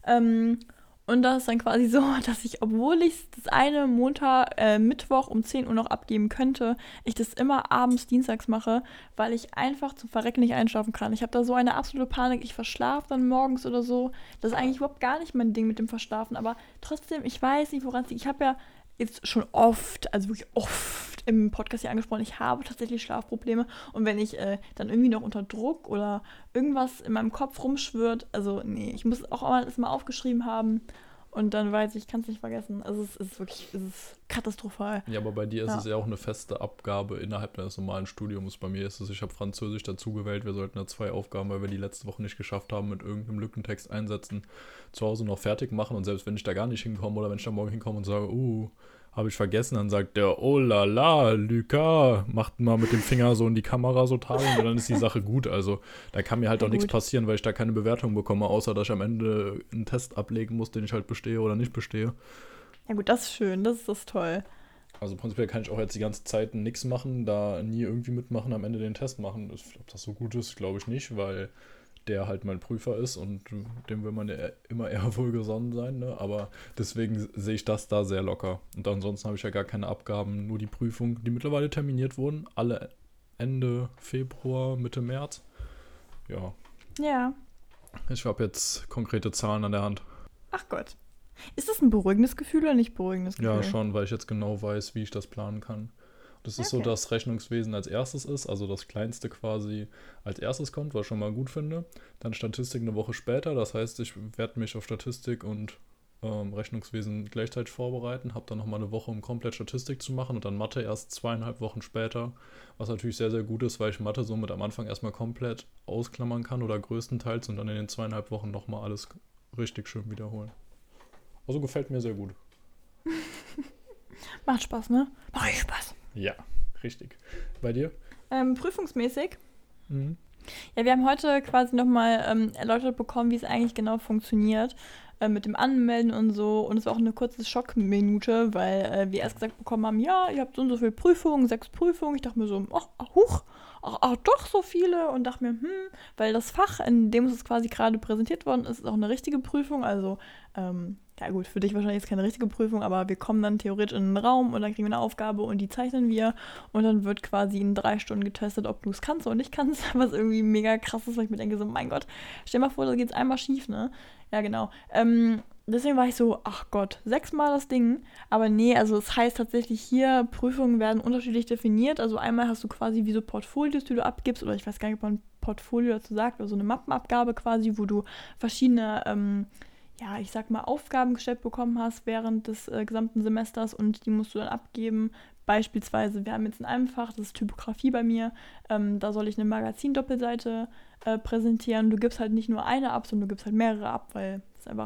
Und das ist dann quasi so, dass ich, obwohl ich das eine Mittwoch um 10 Uhr noch abgeben könnte, ich das immer abends dienstags mache, weil ich einfach zum Verrecken nicht einschlafen kann. Ich habe da so eine absolute Panik, ich verschlafe dann morgens oder so. Das ist eigentlich überhaupt gar nicht mein Ding mit dem Verschlafen, aber trotzdem, ich weiß nicht, woran es liegt. Ich habe ja jetzt schon oft, also wirklich oft im Podcast hier angesprochen, ich habe tatsächlich Schlafprobleme und wenn ich dann irgendwie noch unter Druck oder irgendwas in meinem Kopf rumschwirrt, also nee, ich muss auch alles mal aufgeschrieben haben und dann weiß ich kann es nicht vergessen. Also es ist wirklich, es ist katastrophal. Ja, aber bei dir ist es ja auch eine feste Abgabe innerhalb deines normalen Studiums. Bei mir ist es, ich habe Französisch dazu gewählt, wir sollten da 2 Aufgaben, weil wir die letzte Woche nicht geschafft haben, mit irgendeinem Lückentext einsetzen, zu Hause noch fertig machen und selbst wenn ich da gar nicht hinkomme oder wenn ich da morgen hinkomme und sage, habe ich vergessen, dann sagt der, oh la la, Luca, macht mal mit dem Finger so in die Kamera so Tage und dann ist die Sache gut. Also da kann mir halt auch nichts passieren, weil ich da keine Bewertung bekomme, außer dass ich am Ende einen Test ablegen muss, den ich halt bestehe oder nicht bestehe. Ja gut, das ist schön, das ist toll. Also prinzipiell kann ich auch jetzt die ganze Zeit nichts machen, da nie irgendwie mitmachen, am Ende den Test machen. Ob das so gut ist, glaube ich nicht, weil der halt mein Prüfer ist und dem will man ja immer eher wohlgesonnen sein, ne? Aber deswegen sehe ich das da sehr locker. Und ansonsten habe ich ja gar keine Abgaben, nur die Prüfungen, die mittlerweile terminiert wurden, alle Ende Februar, Mitte März. Ja. Ja. Ich habe jetzt konkrete Zahlen an der Hand. Ach Gott. Ist das ein beruhigendes Gefühl oder nicht beruhigendes Gefühl? Ja, schon, weil ich jetzt genau weiß, wie ich das planen kann. Das ist so, dass Rechnungswesen als erstes ist, also das Kleinste quasi als erstes kommt, was ich schon mal gut finde. Dann Statistik eine Woche später, das heißt, ich werde mich auf Statistik und Rechnungswesen gleichzeitig vorbereiten, habe dann nochmal eine Woche, um komplett Statistik zu machen und dann Mathe erst 2,5 Wochen später, was natürlich sehr, sehr gut ist, weil ich Mathe somit am Anfang erstmal komplett ausklammern kann oder größtenteils und dann in den 2,5 Wochen nochmal alles richtig schön wiederholen. Also gefällt mir sehr gut. Macht Spaß, ne? Macht Spaß. Ja, richtig. Bei dir? Prüfungsmäßig. Mhm. Ja, wir haben heute quasi nochmal erläutert bekommen, wie es eigentlich genau funktioniert mit dem Anmelden und so. Und es war auch eine kurze Schockminute, weil wir erst gesagt bekommen haben, ja, ihr habt so und so viele Prüfungen, 6 Prüfungen. Ich dachte mir so, ach, doch so viele. Und dachte mir, weil das Fach, in dem es quasi gerade präsentiert worden ist, ist auch eine richtige Prüfung. Also, ja gut, für dich wahrscheinlich ist keine richtige Prüfung, aber wir kommen dann theoretisch in einen Raum und dann kriegen wir eine Aufgabe und die zeichnen wir und dann wird quasi in 3 Stunden getestet, ob du es kannst oder nicht kannst, was irgendwie mega krass ist, weil ich mir denke so, mein Gott, stell dir mal vor, da geht's einmal schief, ne? Ja, genau. Deswegen war ich so, ach Gott, 6-mal das Ding, aber nee, also es heißt tatsächlich hier, Prüfungen werden unterschiedlich definiert, also einmal hast du quasi wie so Portfolios, die du abgibst, oder ich weiß gar nicht, ob man Portfolio dazu sagt, oder so eine Mappenabgabe quasi, wo du verschiedene ja, ich sag mal, Aufgaben gestellt bekommen hast während des gesamten Semesters und die musst du dann abgeben. Beispielsweise, wir haben jetzt in einem Fach, das ist Typografie bei mir, da soll ich eine Magazin-Doppelseite präsentieren. Du gibst halt nicht nur eine ab, sondern du gibst halt mehrere ab, weil es einfach,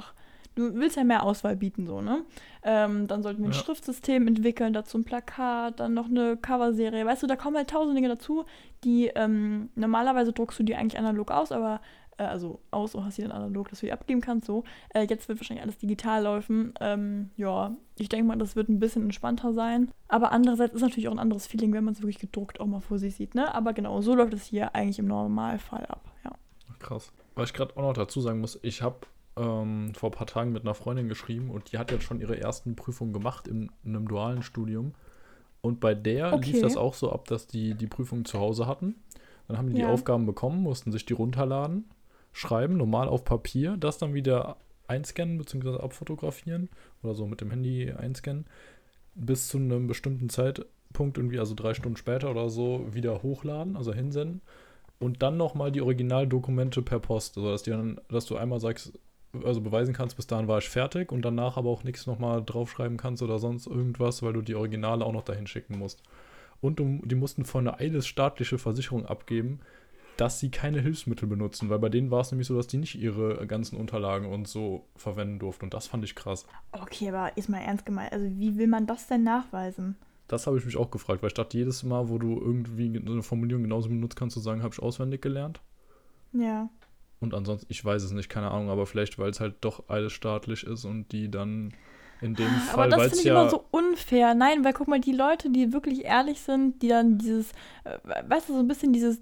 du willst ja mehr Auswahl bieten, so, ne? Dann sollten wir ein Schriftsystem entwickeln, dazu ein Plakat, dann noch eine Coverserie. Weißt du, da kommen halt 1000 Dinge dazu, die normalerweise druckst du die eigentlich analog aus, aber also aus und hast sie dann analog, dass du die abgeben kannst, so. Jetzt wird wahrscheinlich alles digital laufen. Ja, ich denke mal, das wird ein bisschen entspannter sein. Aber andererseits ist natürlich auch ein anderes Feeling, wenn man es wirklich gedruckt auch mal vor sich sieht, ne? Aber genau, so läuft es hier eigentlich im Normalfall ab, ja. Krass. Was ich gerade auch noch dazu sagen muss, ich habe vor ein paar Tagen mit einer Freundin geschrieben und die hat jetzt schon ihre ersten Prüfungen gemacht in einem dualen Studium. Und bei der lief das auch so ab, dass die Prüfungen zu Hause hatten. Dann haben die Aufgaben bekommen, mussten sich die runterladen, schreiben, normal auf Papier, das dann wieder einscannen bzw. abfotografieren oder so mit dem Handy einscannen, bis zu einem bestimmten Zeitpunkt, irgendwie also 3 Stunden später oder so, wieder hochladen, also hinsenden und dann nochmal die Originaldokumente per Post, also dass du einmal sagst, also beweisen kannst, bis dahin war ich fertig und danach aber auch nichts nochmal draufschreiben kannst oder sonst irgendwas, weil du die Originale auch noch dahin schicken musst. Und die mussten von einer eidesstaatliche Versicherung abgeben, dass sie keine Hilfsmittel benutzen, weil bei denen war es nämlich so, dass die nicht ihre ganzen Unterlagen und so verwenden durften und das fand ich krass. Okay, aber ist mal ernst gemeint, also wie will man das denn nachweisen? Das habe ich mich auch gefragt, weil ich dachte, jedes Mal, wo du irgendwie so eine Formulierung genauso benutzt, kannst du sagen, habe ich auswendig gelernt. Ja. Und ansonsten, ich weiß es nicht, keine Ahnung, aber vielleicht, weil es halt doch eidesstaatlich ist und die dann in dem Fall, aber das finde ich immer so unfair. Nein, weil guck mal, die Leute, die wirklich ehrlich sind, die dann dieses, weißt du, so ein bisschen diese,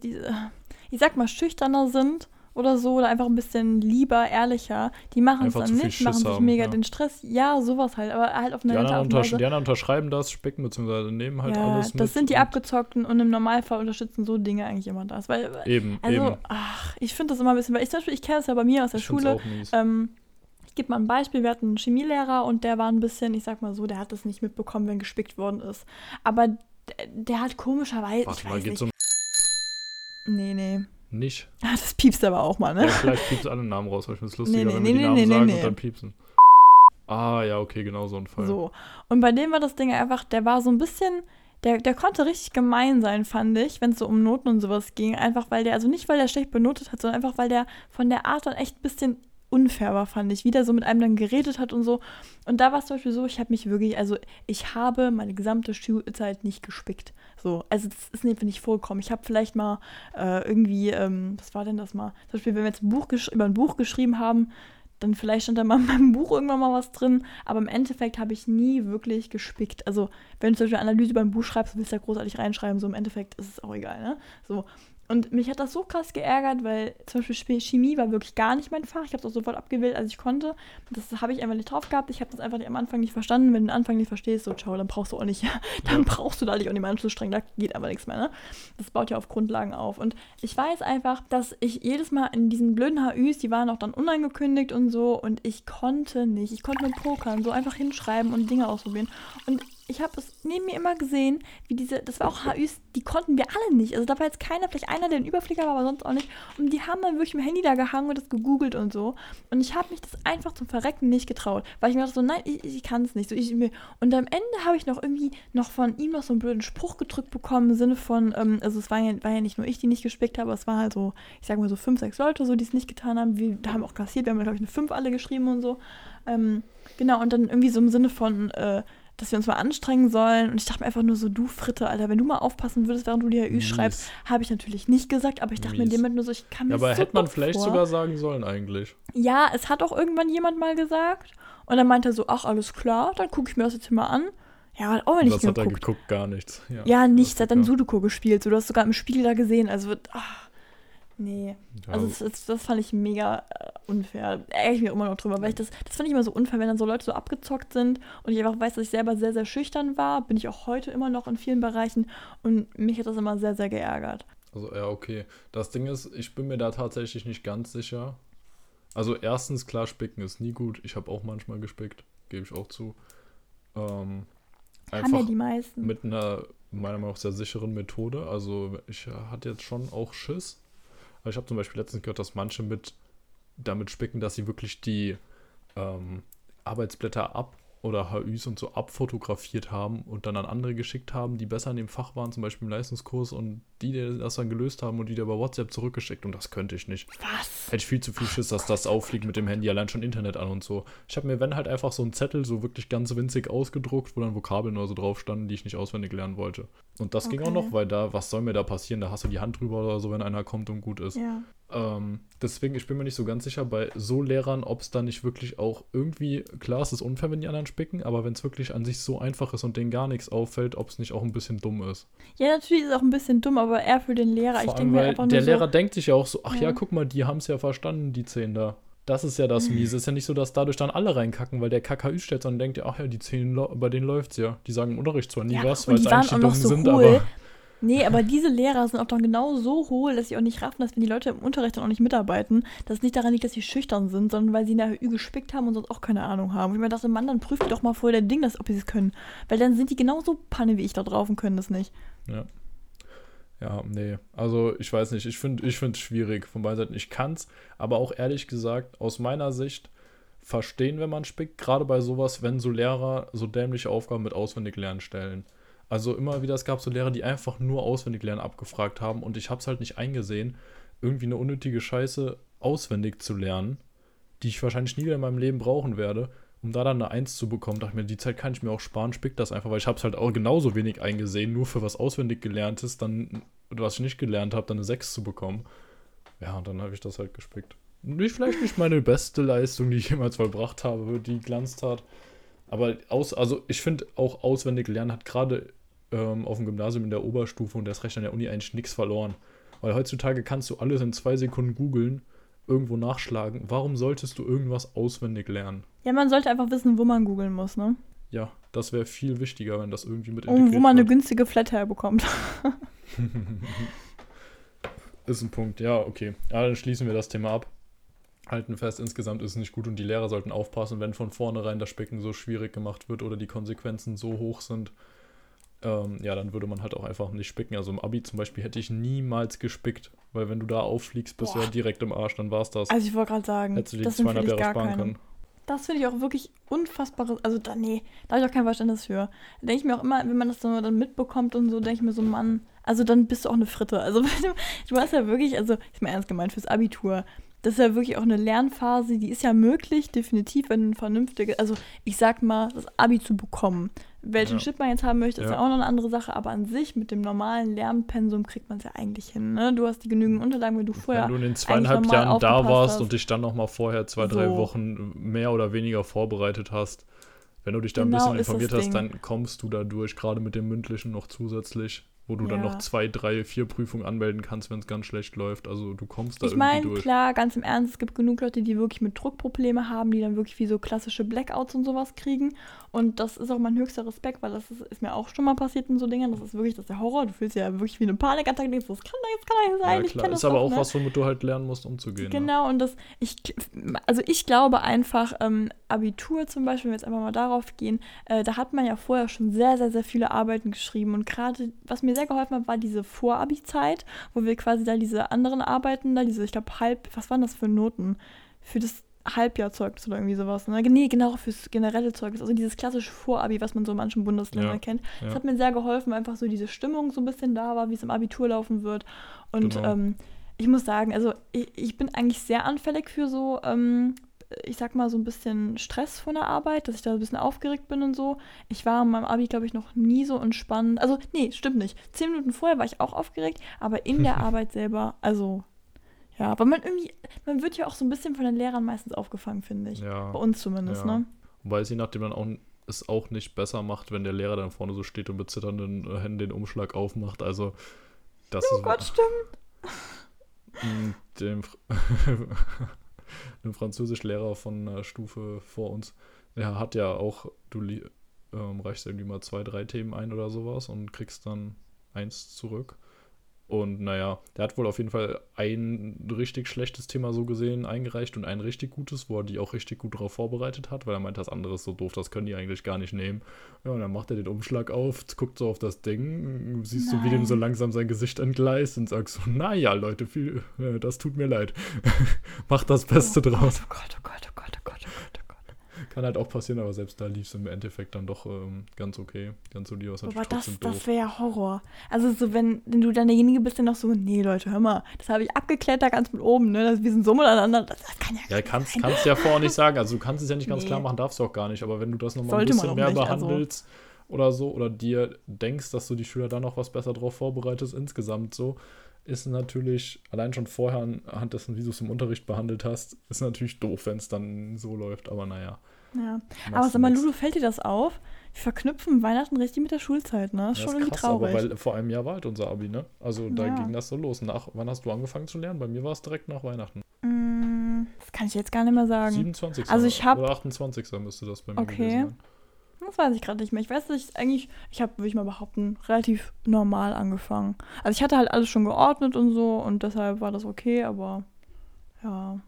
ich sag mal, schüchterner sind oder so, oder einfach ein bisschen lieber, ehrlicher, die machen es dann nicht, machen sich mega den Stress. Ja, sowas halt, aber halt auf eine nette Art und Weise. Die anderen unterschreiben das, spicken bzw. nehmen halt alles mit. Das sind die Abgezockten und im Normalfall unterstützen so Dinge eigentlich immer das. Weil, eben. Ich finde das immer ein bisschen, weil ich kenne das ja bei mir aus der Schule. Auch mies. Ich gebe mal ein Beispiel, wir hatten einen Chemielehrer und der war ein bisschen, ich sag mal so, der hat das nicht mitbekommen, wenn gespickt worden ist. Aber der hat komischerweise, Warte mal, geht's um... Nee. Nicht? Das piepst aber auch mal, ne? Ja, vielleicht piepst alle Namen raus, weil ich finde es lustiger, wenn wir die Namen sagen und dann piepsen. Ah, ja, okay, genau so ein Fall. So, und bei dem war das Ding einfach, der war so ein bisschen, der konnte richtig gemein sein, fand ich, wenn es so um Noten und sowas ging. Einfach weil der, also nicht weil der schlecht benotet hat, sondern einfach weil der von der Art dann echt ein bisschen unfair war, fand ich, wie der so mit einem dann geredet hat und so. Und da war es zum Beispiel so, ich habe meine gesamte Schulzeit nicht gespickt. So, also das ist mir nicht vorgekommen. Ich habe vielleicht mal was war denn das mal? Zum Beispiel, wenn wir jetzt über ein Buch geschrieben haben, dann vielleicht stand da mal in meinem Buch irgendwann mal was drin, aber im Endeffekt habe ich nie wirklich gespickt. Also, wenn du zum Beispiel eine Analyse über ein Buch schreibst, willst du da großartig reinschreiben, so im Endeffekt ist es auch egal, ne? So. Und mich hat das so krass geärgert, weil zum Beispiel Chemie war wirklich gar nicht mein Fach. Ich habe es auch sofort abgewählt, als ich konnte. Das habe ich einfach nicht drauf gehabt. Ich habe das einfach am Anfang nicht verstanden. Wenn du den Anfang nicht verstehst, so ciao, dann brauchst du auch nicht, dann brauchst du da nicht auch nicht mehr anzustrengen. Da geht aber nichts mehr, ne? Das baut ja auf Grundlagen auf. Und ich weiß einfach, dass ich jedes Mal in diesen blöden HÜs, die waren auch dann unangekündigt und so, und ich konnte nicht. Ich konnte nur pokern, so einfach hinschreiben und Dinge ausprobieren. Und ich habe es neben mir immer gesehen, wie das war auch HÜs, die konnten wir alle nicht. Also da war jetzt keiner, vielleicht einer, der ein Überflieger war, aber sonst auch nicht. Und die haben dann wirklich mit dem Handy da gehangen und das gegoogelt und so. Und ich habe mich das einfach zum Verrecken nicht getraut. Weil ich mir dachte so, nein, ich kann es nicht. Und am Ende habe ich noch irgendwie von ihm noch so einen blöden Spruch gedrückt bekommen, im Sinne von, also es war ja nicht nur ich, die nicht gespickt habe, es war halt so, ich sage mal so 5, 6 Leute, so, die es nicht getan haben. Wir haben auch kassiert, wir haben, glaube ich, eine 5 alle geschrieben und so. Genau, und dann irgendwie so im Sinne von, dass wir uns mal anstrengen sollen. Und ich dachte mir einfach nur so, du Fritte, Alter, wenn du mal aufpassen würdest, während du die HÜ schreibst, habe ich natürlich nicht gesagt, aber ich dachte mir in dem Moment nur so, ich kann mir aber so hätte man vielleicht sogar sagen sollen eigentlich. Ja, es hat auch irgendwann jemand mal gesagt. Und dann meinte er so, ach, alles klar, dann gucke ich mir das jetzt hier mal an. Ja, hat auch nicht geguckt. Was hat er geguckt? Gar nichts. Ja, nichts. Er hat dann Sudoku gespielt. So, du hast sogar im Spiegel da gesehen. Also, nee. Ja. Also das fand ich mega unfair. Ärgere ich mich immer noch drüber, weil das fand ich immer so unfair, wenn dann so Leute so abgezockt sind und ich einfach weiß, dass ich selber sehr, sehr schüchtern war. Bin ich auch heute immer noch in vielen Bereichen und mich hat das immer sehr, sehr geärgert. Also ja, okay. Das Ding ist, ich bin mir da tatsächlich nicht ganz sicher. Also erstens, klar, spicken ist nie gut. Ich habe auch manchmal gespickt, gebe ich auch zu. Haben ja die meisten. Mit einer, meiner Meinung nach, sehr sicheren Methode. Also ich hatte jetzt schon auch Schiss. Aber ich habe zum Beispiel letztens gehört, dass manche damit spicken, dass sie wirklich die Arbeitsblätter oder HÜs und so abfotografiert haben und dann an andere geschickt haben, die besser in dem Fach waren, zum Beispiel im Leistungskurs, und die dir das dann gelöst haben und die dir über WhatsApp zurückgeschickt und das könnte ich nicht. Was? Hätte ich viel zu viel Schiss, dass das auffliegt mit dem Handy, allein schon Internet an und so. Ich habe mir, wenn halt einfach so einen Zettel so wirklich ganz winzig ausgedruckt, wo dann Vokabeln oder so drauf standen, die ich nicht auswendig lernen wollte. Und das ging auch noch, weil was soll mir da passieren? Da hast du die Hand drüber oder so, wenn einer kommt und gut ist. Ja. Deswegen, ich bin mir nicht so ganz sicher bei so Lehrern, ob es da nicht wirklich auch irgendwie, klar, es ist unfair, wenn die anderen spicken, aber wenn es wirklich an sich so einfach ist und denen gar nichts auffällt, ob es nicht auch ein bisschen dumm ist. Ja, natürlich ist es auch ein bisschen dumm, aber eher für den Lehrer. Vor Ich allem, denke mir weil einfach nur der so, Lehrer denkt sich ja auch so, ach ja, Ja. guck mal, die haben es ja verstanden, die 10 da. Das ist ja das Miese. Ist ja nicht so, dass dadurch dann alle reinkacken, weil der KKÜ steht und denkt, ach ja, die 10, bei denen läuft's ja. Die sagen im Unterricht zwar nie ja, was, und weil es die waren eigentlich auch die noch Dummen so sind, hohl. aber Nee, aber diese Lehrer sind auch dann genau so hohl, dass sie auch nicht raffen, dass wenn die Leute im Unterricht dann auch nicht mitarbeiten, dass es nicht daran liegt, dass sie schüchtern sind, sondern weil sie in der HÜ gespickt haben und sonst auch keine Ahnung haben. Und ich mir dachte, Mann, dann prüft doch mal vorher dein Ding, ob sie es können. Weil dann sind die genauso Panne wie ich da drauf und können das nicht. ja. Ja, nee. Also, ich weiß nicht. Ich finde es schwierig von beiden Seiten. Ich kann es, aber auch ehrlich gesagt, aus meiner Sicht verstehen, wenn man spickt, gerade bei sowas, wenn so Lehrer so dämliche Aufgaben mit Auswendiglernen stellen. Also immer wieder, es gab so Lehrer, die einfach nur Auswendiglernen abgefragt haben und ich habe es halt nicht eingesehen, irgendwie eine unnötige Scheiße auswendig zu lernen, die ich wahrscheinlich nie wieder in meinem Leben brauchen werde, um da dann eine 1 zu bekommen. Dachte mir, die Zeit kann ich mir auch sparen, spick das einfach, weil ich habe es halt auch genauso wenig eingesehen, nur für was auswendig gelerntes, dann, was ich nicht gelernt habe, dann eine 6 zu bekommen. Ja, und dann habe ich das halt gespickt. Vielleicht nicht meine beste Leistung, die ich jemals vollbracht habe, die Glanztat. Aber also ich finde auch auswendig lernen hat gerade auf dem Gymnasium in der Oberstufe und erst recht an der Uni eigentlich nichts verloren. Weil heutzutage kannst du alles in 2 Sekunden googeln, irgendwo nachschlagen. Warum solltest du irgendwas auswendig lernen? Ja, man sollte einfach wissen, wo man googeln muss, ne? Ja, das wäre viel wichtiger, wenn das irgendwie mit Und integriert wo man eine wird. günstige Flathead bekommt. Ist ein Punkt, ja, okay. Ja, dann schließen wir das Thema ab. Halten fest, insgesamt ist es nicht gut und die Lehrer sollten aufpassen, wenn von vornherein das Spicken so schwierig gemacht wird oder die Konsequenzen so hoch sind, ja, dann würde man halt auch einfach nicht spicken. Also im Abi zum Beispiel hätte ich niemals gespickt, weil wenn du da auffliegst, bist du ja direkt im Arsch, dann war's das. Also ich wollte gerade sagen, Hättest du die das empfehle 2,5 ich Jahre gar sparen keinem. können. Das finde ich auch wirklich unfassbares, also da habe ich auch kein Verständnis für. Da denke ich mir auch immer, wenn man das so dann mitbekommt und so, denke ich mir so, Mann, also dann bist du auch eine Fritte. Also du hast ja wirklich, also ist mal ernst gemeint, fürs Abitur, das ist ja wirklich auch eine Lernphase, die ist ja möglich, definitiv, wenn ein vernünftiges, also ich sag mal, das Abi zu bekommen. Welchen Chip man jetzt haben möchte, ist ja auch noch eine andere Sache, aber an sich mit dem normalen Lernpensum kriegt man es ja eigentlich hin. Ne? Du hast die genügend Unterlagen, wenn du vorher Wenn du in den eigentlich 2,5 normal Jahren da aufgepasst warst hast. und dich dann nochmal vorher 2-3 So. Wochen mehr oder weniger vorbereitet hast, wenn du dich da ein Genau bisschen ist das informiert hast, Ding. dann kommst du da durch, gerade mit dem Mündlichen noch zusätzlich, wo du dann Ja. noch 2, 3, 4 Prüfungen anmelden kannst, wenn es ganz schlecht läuft. Also du kommst da Ich irgendwie meine, durch. klar, ganz im Ernst, es gibt genug Leute, die wirklich mit Druckprobleme haben, die dann wirklich wie so klassische Blackouts und sowas kriegen. Und das ist auch mein höchster Respekt, weil das ist mir auch schon mal passiert in so Dingen. Das ist wirklich, das ist der Horror. Du fühlst ja wirklich wie eine Panikattacke. Denkst, das kann doch nicht sein. Ja, Ich klar. kenn das Ist aber doch, auch ne? was, womit du halt lernen musst, umzugehen. Ne? Genau, und ich glaube einfach, Abitur zum Beispiel, wenn wir jetzt einfach mal darauf gehen, da hat man ja vorher schon sehr, sehr, sehr viele Arbeiten geschrieben. Und gerade, was mir sehr geholfen hat, war diese Vor-Abi-Zeit, wo wir quasi da diese anderen Arbeiten, da diese, ich glaube, was waren das für Noten? Für das Halbjahrzeugnis oder irgendwie sowas. Ne? Nee, genau, fürs generelle Zeugnis. Also dieses klassische Vor-Abi, was man so in manchen Bundesländern kennt. Das hat mir sehr geholfen, weil einfach so diese Stimmung so ein bisschen da war, wie es im Abitur laufen wird. Und Genau. ich muss sagen, also ich bin eigentlich sehr anfällig für so, ich sag mal, so ein bisschen Stress von der Arbeit, dass ich da ein bisschen aufgeregt bin und so. Ich war in meinem Abi, glaube ich, noch nie so entspannt. Also, nee, stimmt nicht. 10 Minuten vorher war ich auch aufgeregt, aber in der Arbeit selber, also, ja, aber man wird ja auch so ein bisschen von den Lehrern meistens aufgefangen, finde ich. Ja. Bei uns zumindest, Ja. ne? Wobei es je nachdem dann auch es auch nicht besser macht, wenn der Lehrer dann vorne so steht und mit zitternden Händen den Umschlag aufmacht. Also, das Oh ist Gott, stimmt. dem Französischlehrer von einer Stufe vor uns, der hat ja auch, du reichst irgendwie mal 2, 3 Themen ein oder sowas und kriegst dann 1 zurück. Und naja, der hat wohl auf jeden Fall ein richtig schlechtes Thema so gesehen eingereicht und ein richtig gutes, wo er die auch richtig gut darauf vorbereitet hat, weil er meint, das andere ist so doof, das können die eigentlich gar nicht nehmen. Ja, und dann macht er den Umschlag auf, guckt so auf das Ding, siehst du, wie dem so langsam sein Gesicht entgleist und sagst so, naja, Leute, das tut mir leid. Macht das Beste draus. Oh Gott, oh Gott, oh Gott, oh Gott, oh Gott, oh Gott. Kann halt auch passieren, aber selbst da lief es im Endeffekt dann doch ganz okay. Ganz solide, was Aber natürlich trotzdem das doof. wäre ja Horror. Also so, wenn du dann derjenige bist, der noch so, nee, Leute, hör mal, das habe ich abgeklärt, da ganz mit oben, ne? Wir sind so miteinander. Das kann ja Ja, gar nicht sein. kannst du ja vorher nicht sagen. Also du kannst es ja nicht ganz Nee. klar machen, darfst du auch gar nicht. Aber wenn du das nochmal ein Sollte man bisschen auch mehr nicht, also. behandelst oder so, oder dir denkst, dass du die Schüler da noch was besser drauf vorbereitest, insgesamt so, ist natürlich, allein schon vorher anhand dessen, wie du es im Unterricht behandelt hast, ist natürlich doof, wenn es dann so läuft. Aber naja. Ja. machst Aber du sag mal, nix. Lulu, fällt dir das auf? Wir verknüpfen Weihnachten richtig mit der Schulzeit, ne? Das ist Ja, schon ist irgendwie krass, traurig. aber weil vor einem Jahr war halt unser Abi, ne? Also da Ja. ging das so los. Wann hast du angefangen zu lernen? Bei mir war es direkt nach Weihnachten. Das kann ich jetzt gar nicht mehr sagen. 27. Also ich hab- oder 28. müsste das bei mir Okay. gewesen sein. Das weiß ich gerade nicht mehr. Ich weiß, dass ich habe, würde ich mal behaupten, relativ normal angefangen. Also ich hatte halt alles schon geordnet und so und deshalb war das okay, aber ja.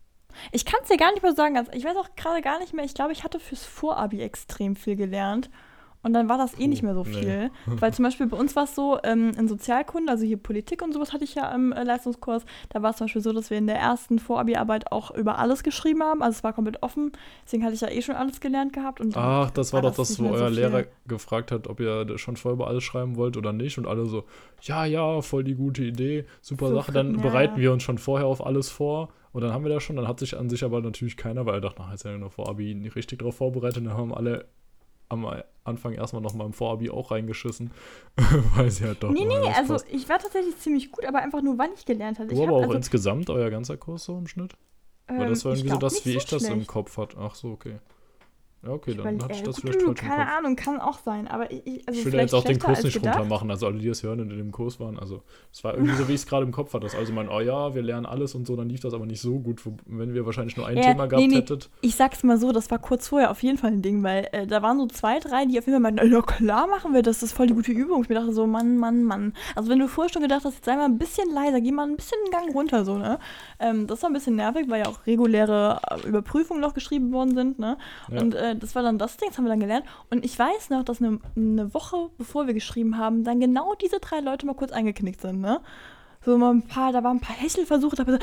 Ich kann es dir gar nicht mehr sagen. Also ich weiß auch gerade gar nicht mehr. Ich glaube, ich hatte fürs Vorabi extrem viel gelernt. Und dann war das nicht mehr so nee. viel. Weil zum Beispiel bei uns war es so, in Sozialkunde, also hier Politik und sowas hatte ich ja im Leistungskurs, da war es zum Beispiel so, dass wir in der ersten Vorabi-Arbeit auch über alles geschrieben haben. Also es war komplett offen. Deswegen hatte ich ja eh schon alles gelernt gehabt. Und dann Ach, das war doch das, nicht wo mehr so euer viel. Lehrer gefragt hat, ob ihr schon vorher über alles schreiben wollt oder nicht. Und alle so, ja, voll die gute Idee, super So Sache. Dann ja, bereiten ja. wir uns schon vorher auf alles vor. Und dann haben wir das schon. Dann hat sich an sich aber natürlich keiner, weil er dachte, jetzt ja nur Vorabi nicht richtig drauf vorbereitet. Und dann haben alle am Anfang erstmal nochmal im Vorabi auch reingeschissen, weil sie halt doch Nee, alles also passt. ich war tatsächlich ziemlich gut, aber einfach nur, wann ich gelernt hatte. Du Ich aber hab, auch also, insgesamt, euer ganzer Kurs so im Schnitt? Weil das war ich irgendwie so glaub das, nicht wie so ich das im schlecht. Kopf hatte. Ach so, okay. Ja, okay, dann Weil, hatte ich das gut, vielleicht du, falsch im keine Kopf. Ahnung, kann auch sein, aber also Ich will ja vielleicht jetzt auch den schlechter Kurs als nicht gedacht. runter machen, also alle, die das hören und in dem Kurs waren. Also, es war irgendwie so, wie ich es gerade im Kopf hatte. Also, oh ja, wir lernen alles und so, dann lief das aber nicht so gut, wenn wir wahrscheinlich nur ein Thema gehabt hättet. Ich sag's mal so, das war kurz vorher auf jeden Fall ein Ding, weil da waren so 2, 3, die auf jeden Fall meinten, ja klar machen wir das, das ist voll die gute Übung. Ich mir dachte so, Mann. Also wenn du vorher schon gedacht hast, jetzt sei mal ein bisschen leiser, geh mal ein bisschen einen Gang runter, so, ne? Das war ein bisschen nervig, weil ja auch reguläre Überprüfungen noch geschrieben worden sind, ne? Ja. Und das war dann das Ding, das haben wir dann gelernt. Und ich weiß noch, dass eine Woche, bevor wir geschrieben haben, dann genau diese 3 Leute mal kurz eingeknickt sind, ne? So mal da waren ein paar Hechelversuche, da war so,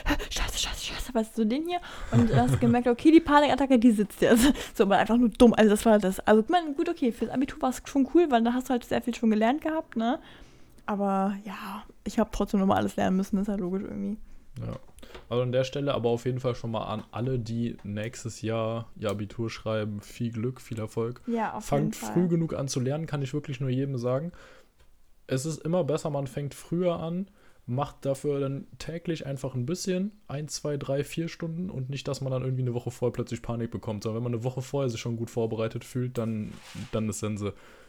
scheiße, weißt du, so den hier. Und du hast gemerkt, okay, die Panikattacke, die sitzt jetzt. So, aber einfach nur dumm. Also das war das. Also ich meine, gut, okay, fürs Abitur war es schon cool, weil da hast du halt sehr viel schon gelernt gehabt, ne? Aber ja, ich habe trotzdem nochmal alles lernen müssen, ist ja logisch irgendwie. Ja. Also an der Stelle aber auf jeden Fall schon mal an alle, die nächstes Jahr ihr Abitur schreiben, viel Glück, viel Erfolg. Ja, auf jeden Fangt Fall. früh genug an zu lernen, kann ich wirklich nur jedem sagen. Es ist immer besser, man fängt früher an, macht dafür dann täglich einfach ein bisschen, 1, 2, 3, 4 Stunden und nicht, dass man dann irgendwie eine Woche vorher plötzlich Panik bekommt, sondern wenn man eine Woche vorher sich schon gut vorbereitet fühlt, dann ist Sense.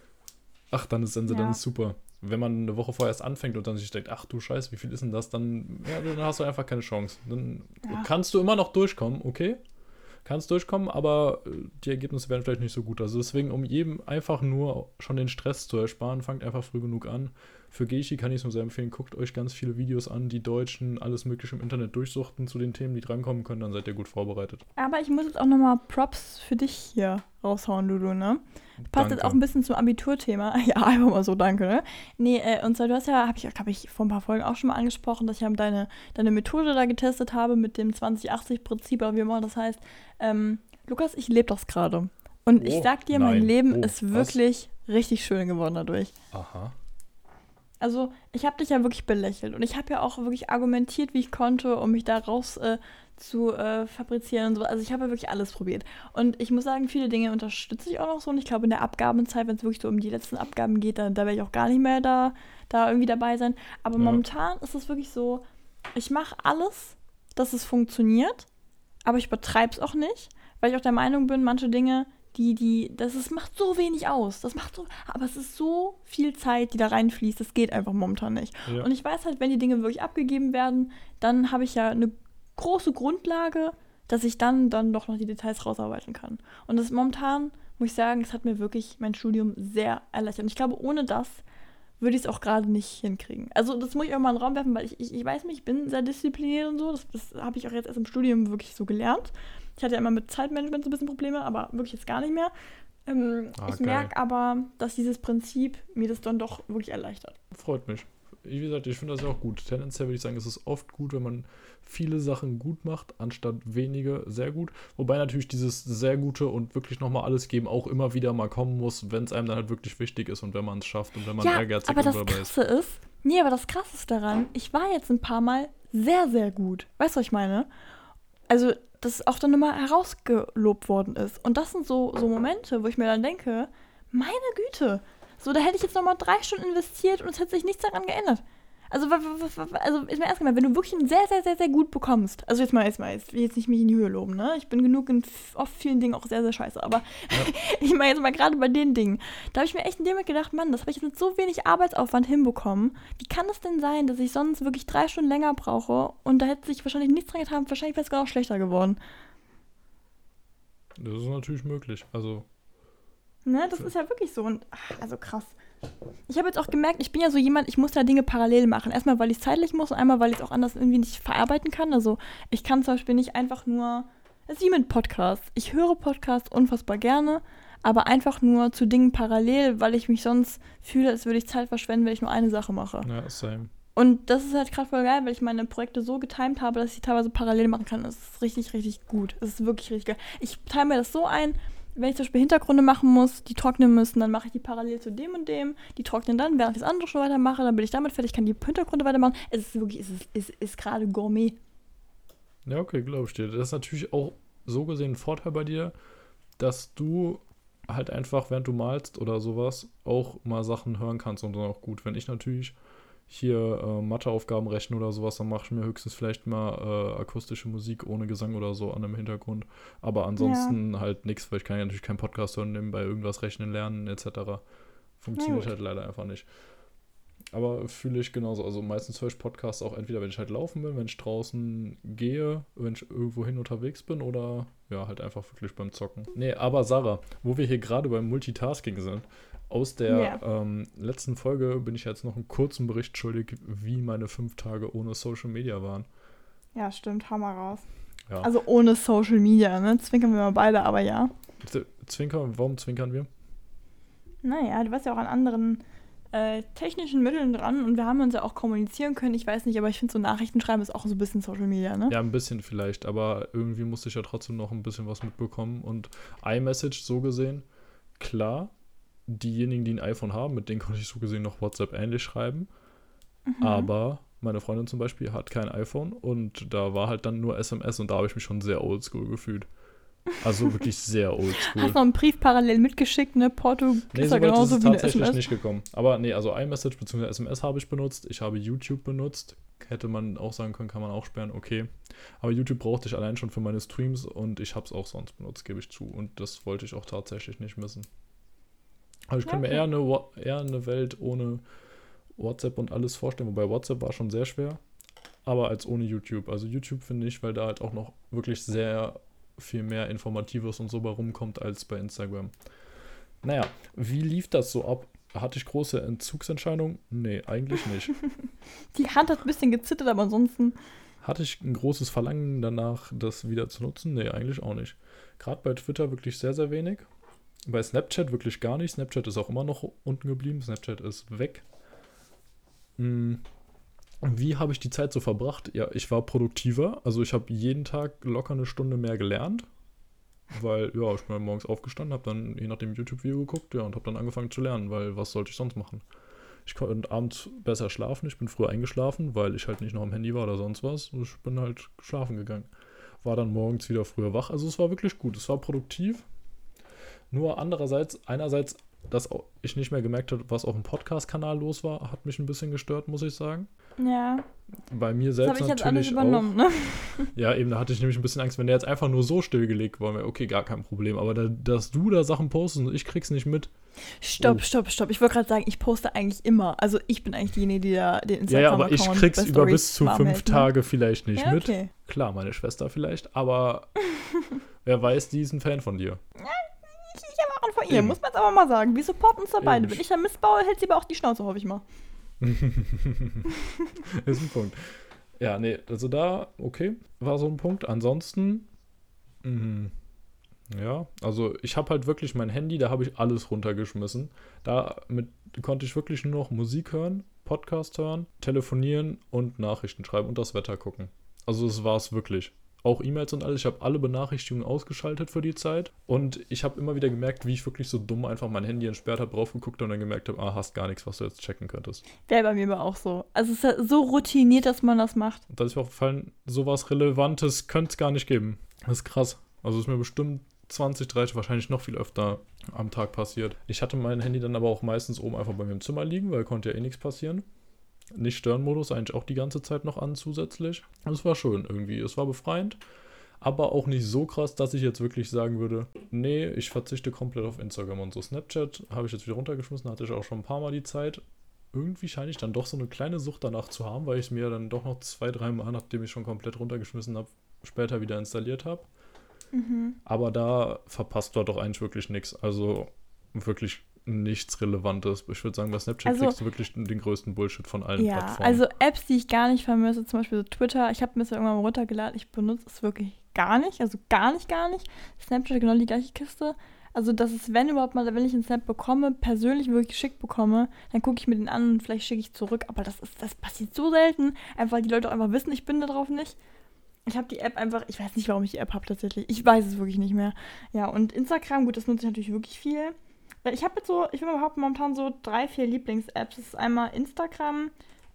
Dann ist super. Wenn man eine Woche vorher erst anfängt und dann sich denkt, ach du Scheiße, wie viel ist denn das, dann hast du einfach keine Chance. Dann kannst du immer noch durchkommen, okay? Kannst durchkommen, aber die Ergebnisse werden vielleicht nicht so gut. Also deswegen, um jedem einfach nur schon den Stress zu ersparen, fangt einfach früh genug an. Für Geishi kann ich es nur sehr empfehlen, guckt euch ganz viele Videos an, die Deutschen alles mögliche im Internet durchsuchten zu den Themen, die drankommen können, dann seid ihr gut vorbereitet. Aber ich muss jetzt auch nochmal Props für dich hier raushauen, Lulu, ne? Passt jetzt auch ein bisschen zum Abiturthema. Ja, einfach mal so, danke, ne? Nee, und zwar, du hast ja, habe ich vor ein paar Folgen auch schon mal angesprochen, dass ich deine Methode da getestet habe mit dem 20-80-Prinzip, oder wie immer das heißt. Lukas, ich lebe das gerade. Und ich sag dir, mein Leben ist wirklich richtig schön geworden dadurch. Aha. Also, ich habe dich ja wirklich belächelt und ich habe ja auch wirklich argumentiert, wie ich konnte, um mich da raus zu fabrizieren und so. Also ich habe ja wirklich alles probiert. Und ich muss sagen, viele Dinge unterstütze ich auch noch so. Und ich glaube, in der Abgabenzeit, wenn es wirklich so um die letzten Abgaben geht, da werde ich auch gar nicht mehr da irgendwie dabei sein. Aber momentan ist es wirklich so, ich mache alles, dass es funktioniert, aber ich übertreibe es auch nicht, weil ich auch der Meinung bin, manche Dinge, macht so wenig aus. Aber es ist so viel Zeit, die da reinfließt, das geht einfach momentan nicht. Ja. Und ich weiß halt, wenn die Dinge wirklich abgegeben werden, dann habe ich ja eine große Grundlage, dass ich dann doch noch die Details rausarbeiten kann. Und das momentan, muss ich sagen, es hat mir wirklich mein Studium sehr erleichtert. Und ich glaube, ohne das würde ich es auch gerade nicht hinkriegen. Also das muss ich auch mal in den Raum werfen, weil ich weiß nicht, ich bin sehr diszipliniert und so. Das habe ich auch jetzt erst im Studium wirklich so gelernt. Ich hatte ja immer mit Zeitmanagement so ein bisschen Probleme, aber wirklich jetzt gar nicht mehr. Ich merke aber, dass dieses Prinzip mir das dann doch wirklich erleichtert. Freut mich. wie gesagt, ich finde das ja auch gut. Tendenziell würde ich sagen, es ist oft gut, wenn man viele Sachen gut macht, anstatt wenige sehr gut. Wobei natürlich dieses sehr Gute und wirklich nochmal alles geben auch immer wieder mal kommen muss, wenn es einem dann halt wirklich wichtig ist und wenn man es schafft und wenn man ehrgeizig aber und das dabei ist. Krasse ist, aber das Krasse ist daran, ich war jetzt ein paar Mal sehr, sehr gut. Weißt du, was ich meine? Also, das auch dann immer herausgelobt worden ist. Und das sind so Momente, wo ich mir dann denke, meine Güte, so, da hätte ich jetzt nochmal 3 Stunden investiert und es hätte sich nichts daran geändert. Also ist mir erst gemeint, wenn du wirklich einen sehr, sehr, sehr, sehr gut bekommst, also jetzt will ich jetzt nicht mich in die Höhe loben, ne? Ich bin genug in oft vielen Dingen auch sehr, sehr scheiße, aber ich meine jetzt mal gerade bei den Dingen, da habe ich mir echt in dem Moment gedacht, Mann, das habe ich jetzt mit so wenig Arbeitsaufwand hinbekommen. Wie kann es denn sein, dass ich sonst wirklich 3 Stunden länger brauche und da hätte sich wahrscheinlich nichts dran getan, wahrscheinlich wäre es gar noch schlechter geworden. Das ist natürlich möglich, also. Ne, das ist ja wirklich so und also krass. Ich habe jetzt auch gemerkt, ich bin ja so jemand, ich muss da Dinge parallel machen. Erstmal, weil ich es zeitlich muss und einmal, weil ich es auch anders irgendwie nicht verarbeiten kann. Also ich kann zum Beispiel nicht einfach nur, das ist wie mit Podcasts. Ich höre Podcasts unfassbar gerne, aber einfach nur zu Dingen parallel, weil ich mich sonst fühle, als würde ich Zeit verschwenden, wenn ich nur eine Sache mache. Ja, same. Und das ist halt gerade voll geil, weil ich meine Projekte so getimt habe, dass ich teilweise parallel machen kann. Das ist richtig, richtig gut. Es ist wirklich richtig geil. Ich time mir das so ein, wenn ich zum Beispiel Hintergründe machen muss, die trocknen müssen, dann mache ich die parallel zu dem und dem. Die trocknen dann, während ich das andere schon weitermache, dann bin ich damit fertig, kann die Hintergründe weitermachen. Es ist wirklich, es ist gerade Gourmet. Ja, okay, glaube ich dir. Das ist natürlich auch so gesehen ein Vorteil bei dir, dass du halt einfach, während du malst oder sowas, auch mal Sachen hören kannst und dann auch gut. Wenn ich natürlich hier Matheaufgaben rechne oder sowas, dann mache ich mir höchstens vielleicht mal akustische Musik ohne Gesang oder so an dem Hintergrund. Aber ansonsten halt nichts, weil ich kann ja natürlich keinen Podcast hören, nebenbei irgendwas rechnen, lernen etc. Funktioniert halt leider einfach nicht. Aber fühle ich genauso. Also meistens höre ich Podcasts auch entweder, wenn ich halt laufen bin, wenn ich draußen gehe, wenn ich irgendwohin unterwegs bin oder ja, halt einfach wirklich beim Zocken. Nee, aber Sarah, wo wir hier gerade beim Multitasking sind, aus der letzten Folge bin ich jetzt noch einen kurzen Bericht schuldig, wie meine 5 Tage ohne Social Media waren. Ja, stimmt, hau mal raus. Ja. Also ohne Social Media, ne? Zwinkern wir mal beide, aber ja. Warum zwinkern wir? Naja, du warst ja auch an anderen technischen Mitteln dran und wir haben uns ja auch kommunizieren können. Ich weiß nicht, aber ich finde so Nachrichten schreiben ist auch so ein bisschen Social Media, ne? Ja, ein bisschen vielleicht, aber irgendwie musste ich ja trotzdem noch ein bisschen was mitbekommen. Und iMessage so gesehen, klar, diejenigen, die ein iPhone haben, mit denen konnte ich so gesehen noch WhatsApp ähnlich schreiben. Aber meine Freundin zum Beispiel hat kein iPhone und da war halt dann nur SMS und da habe ich mich schon sehr oldschool gefühlt. Also wirklich sehr oldschool. Hast noch einen Brief parallel mitgeschickt, ne? Porto ist ja genauso wie eine SMS. Tatsächlich nicht gekommen. Aber nee, also iMessage bzw. SMS habe ich benutzt. Ich habe YouTube benutzt. Hätte man auch sagen können, kann man auch sperren, okay. Aber YouTube brauchte ich allein schon für meine Streams und ich habe es auch sonst benutzt, gebe ich zu. Und das wollte ich auch tatsächlich nicht missen. Also ich kann mir eher eine Welt ohne WhatsApp und alles vorstellen, wobei WhatsApp war schon sehr schwer, aber als ohne YouTube. Also YouTube finde ich, weil da halt auch noch wirklich sehr viel mehr Informatives und so bei rumkommt als bei Instagram. Naja, wie lief das so ab? Hatte ich große Entzugsentscheidungen? Nee, eigentlich nicht. Die Hand hat ein bisschen gezittert, aber ansonsten... Hatte ich ein großes Verlangen danach, das wieder zu nutzen? Nee, eigentlich auch nicht. Gerade bei Twitter wirklich sehr, sehr wenig. Bei Snapchat wirklich gar nicht. Snapchat ist auch immer noch unten geblieben. Snapchat ist weg. Wie habe ich die Zeit so verbracht? Ja, ich war produktiver. Also ich habe jeden Tag locker eine Stunde mehr gelernt. Weil, ja, ich bin morgens aufgestanden, habe dann je nachdem YouTube-Video geguckt, ja, und habe dann angefangen zu lernen, weil was sollte ich sonst machen? Ich konnte abends besser schlafen. Ich bin früher eingeschlafen, weil ich halt nicht noch am Handy war oder sonst was. Ich bin halt schlafen gegangen. War dann morgens wieder früher wach. Also es war wirklich gut. Es war produktiv. Nur einerseits, dass ich nicht mehr gemerkt habe, was auf dem Podcast-Kanal los war, hat mich ein bisschen gestört, muss ich sagen. Ja. Bei mir selbst das habe ich natürlich jetzt alles übernommen, auch. Ne? Ja, eben, da hatte ich nämlich ein bisschen Angst, wenn der jetzt einfach nur so stillgelegt war, okay, gar kein Problem. Aber dass du da Sachen postest und ich krieg's nicht mit. Stopp. Ich wollte gerade sagen, ich poste eigentlich immer. Also ich bin eigentlich diejenige, die da den Instagram-Account Ja, aber ich krieg's über bis zu 5 Tage vielleicht nicht mit. Okay. Klar, meine Schwester vielleicht, aber wer weiß, die ist ein Fan von dir. Ich habe auch einen von ihr, muss man jetzt aber mal sagen. Wir supporten uns da beide. Wenn ich da Mist baue, hält sie aber auch die Schnauze, hoffe ich mal. Ist ein Punkt. Ja, nee, also da, okay, war so ein Punkt. Ansonsten, ja, also ich habe halt wirklich mein Handy, da habe ich alles runtergeschmissen. Damit konnte ich wirklich nur noch Musik hören Podcast hören, telefonieren und Nachrichten schreiben und das Wetter gucken. Also das war es wirklich. Auch E-Mails und alles. Ich habe alle Benachrichtigungen ausgeschaltet für die Zeit. Und ich habe immer wieder gemerkt, wie ich wirklich so dumm einfach mein Handy entsperrt habe, draufgeguckt und dann gemerkt habe, hast gar nichts, was du jetzt checken könntest. Wäre bei mir aber auch so. Also es ist halt so routiniert, dass man das macht. Und da ist mir aufgefallen, sowas Relevantes könnte es gar nicht geben. Das ist krass. Also ist mir bestimmt 20, 30, wahrscheinlich noch viel öfter am Tag passiert. Ich hatte mein Handy dann aber auch meistens oben einfach bei mir im Zimmer liegen, weil konnte ja eh nichts passieren. Nicht-Stören-Modus eigentlich auch die ganze Zeit noch an zusätzlich. Und es war schön irgendwie. Es war befreiend, aber auch nicht so krass, dass ich jetzt wirklich sagen würde, nee, ich verzichte komplett auf Instagram und so. Snapchat habe ich jetzt wieder runtergeschmissen, hatte ich auch schon ein paar Mal die Zeit. Irgendwie scheine ich dann doch so eine kleine Sucht danach zu haben, weil ich es mir dann doch noch 2, 3 Mal, nachdem ich schon komplett runtergeschmissen habe, später wieder installiert habe. Aber da verpasst du doch eigentlich wirklich nichts. Also wirklich nichts Relevantes. Ich würde sagen, bei Snapchat kriegst du wirklich den größten Bullshit von allen Plattformen. Also Apps, die ich gar nicht vermisse, zum Beispiel so Twitter, ich habe mir das ja irgendwann mal runtergeladen, ich benutze es wirklich gar nicht, also gar nicht. Snapchat genau die gleiche Kiste. Also das ist, wenn überhaupt mal, wenn ich einen Snap bekomme, persönlich wirklich geschickt bekomme, dann gucke ich mir den an und vielleicht schicke ich zurück, aber das passiert so selten, einfach weil die Leute auch einfach wissen, ich bin da drauf nicht. Ich habe die App einfach, ich weiß nicht, warum ich die App habe tatsächlich, ich weiß es wirklich nicht mehr. Ja, und Instagram, gut, das nutze ich natürlich wirklich viel. Ich habe jetzt so, ich will mal behaupten, momentan so 3, 4 Lieblings-Apps. Das ist einmal Instagram,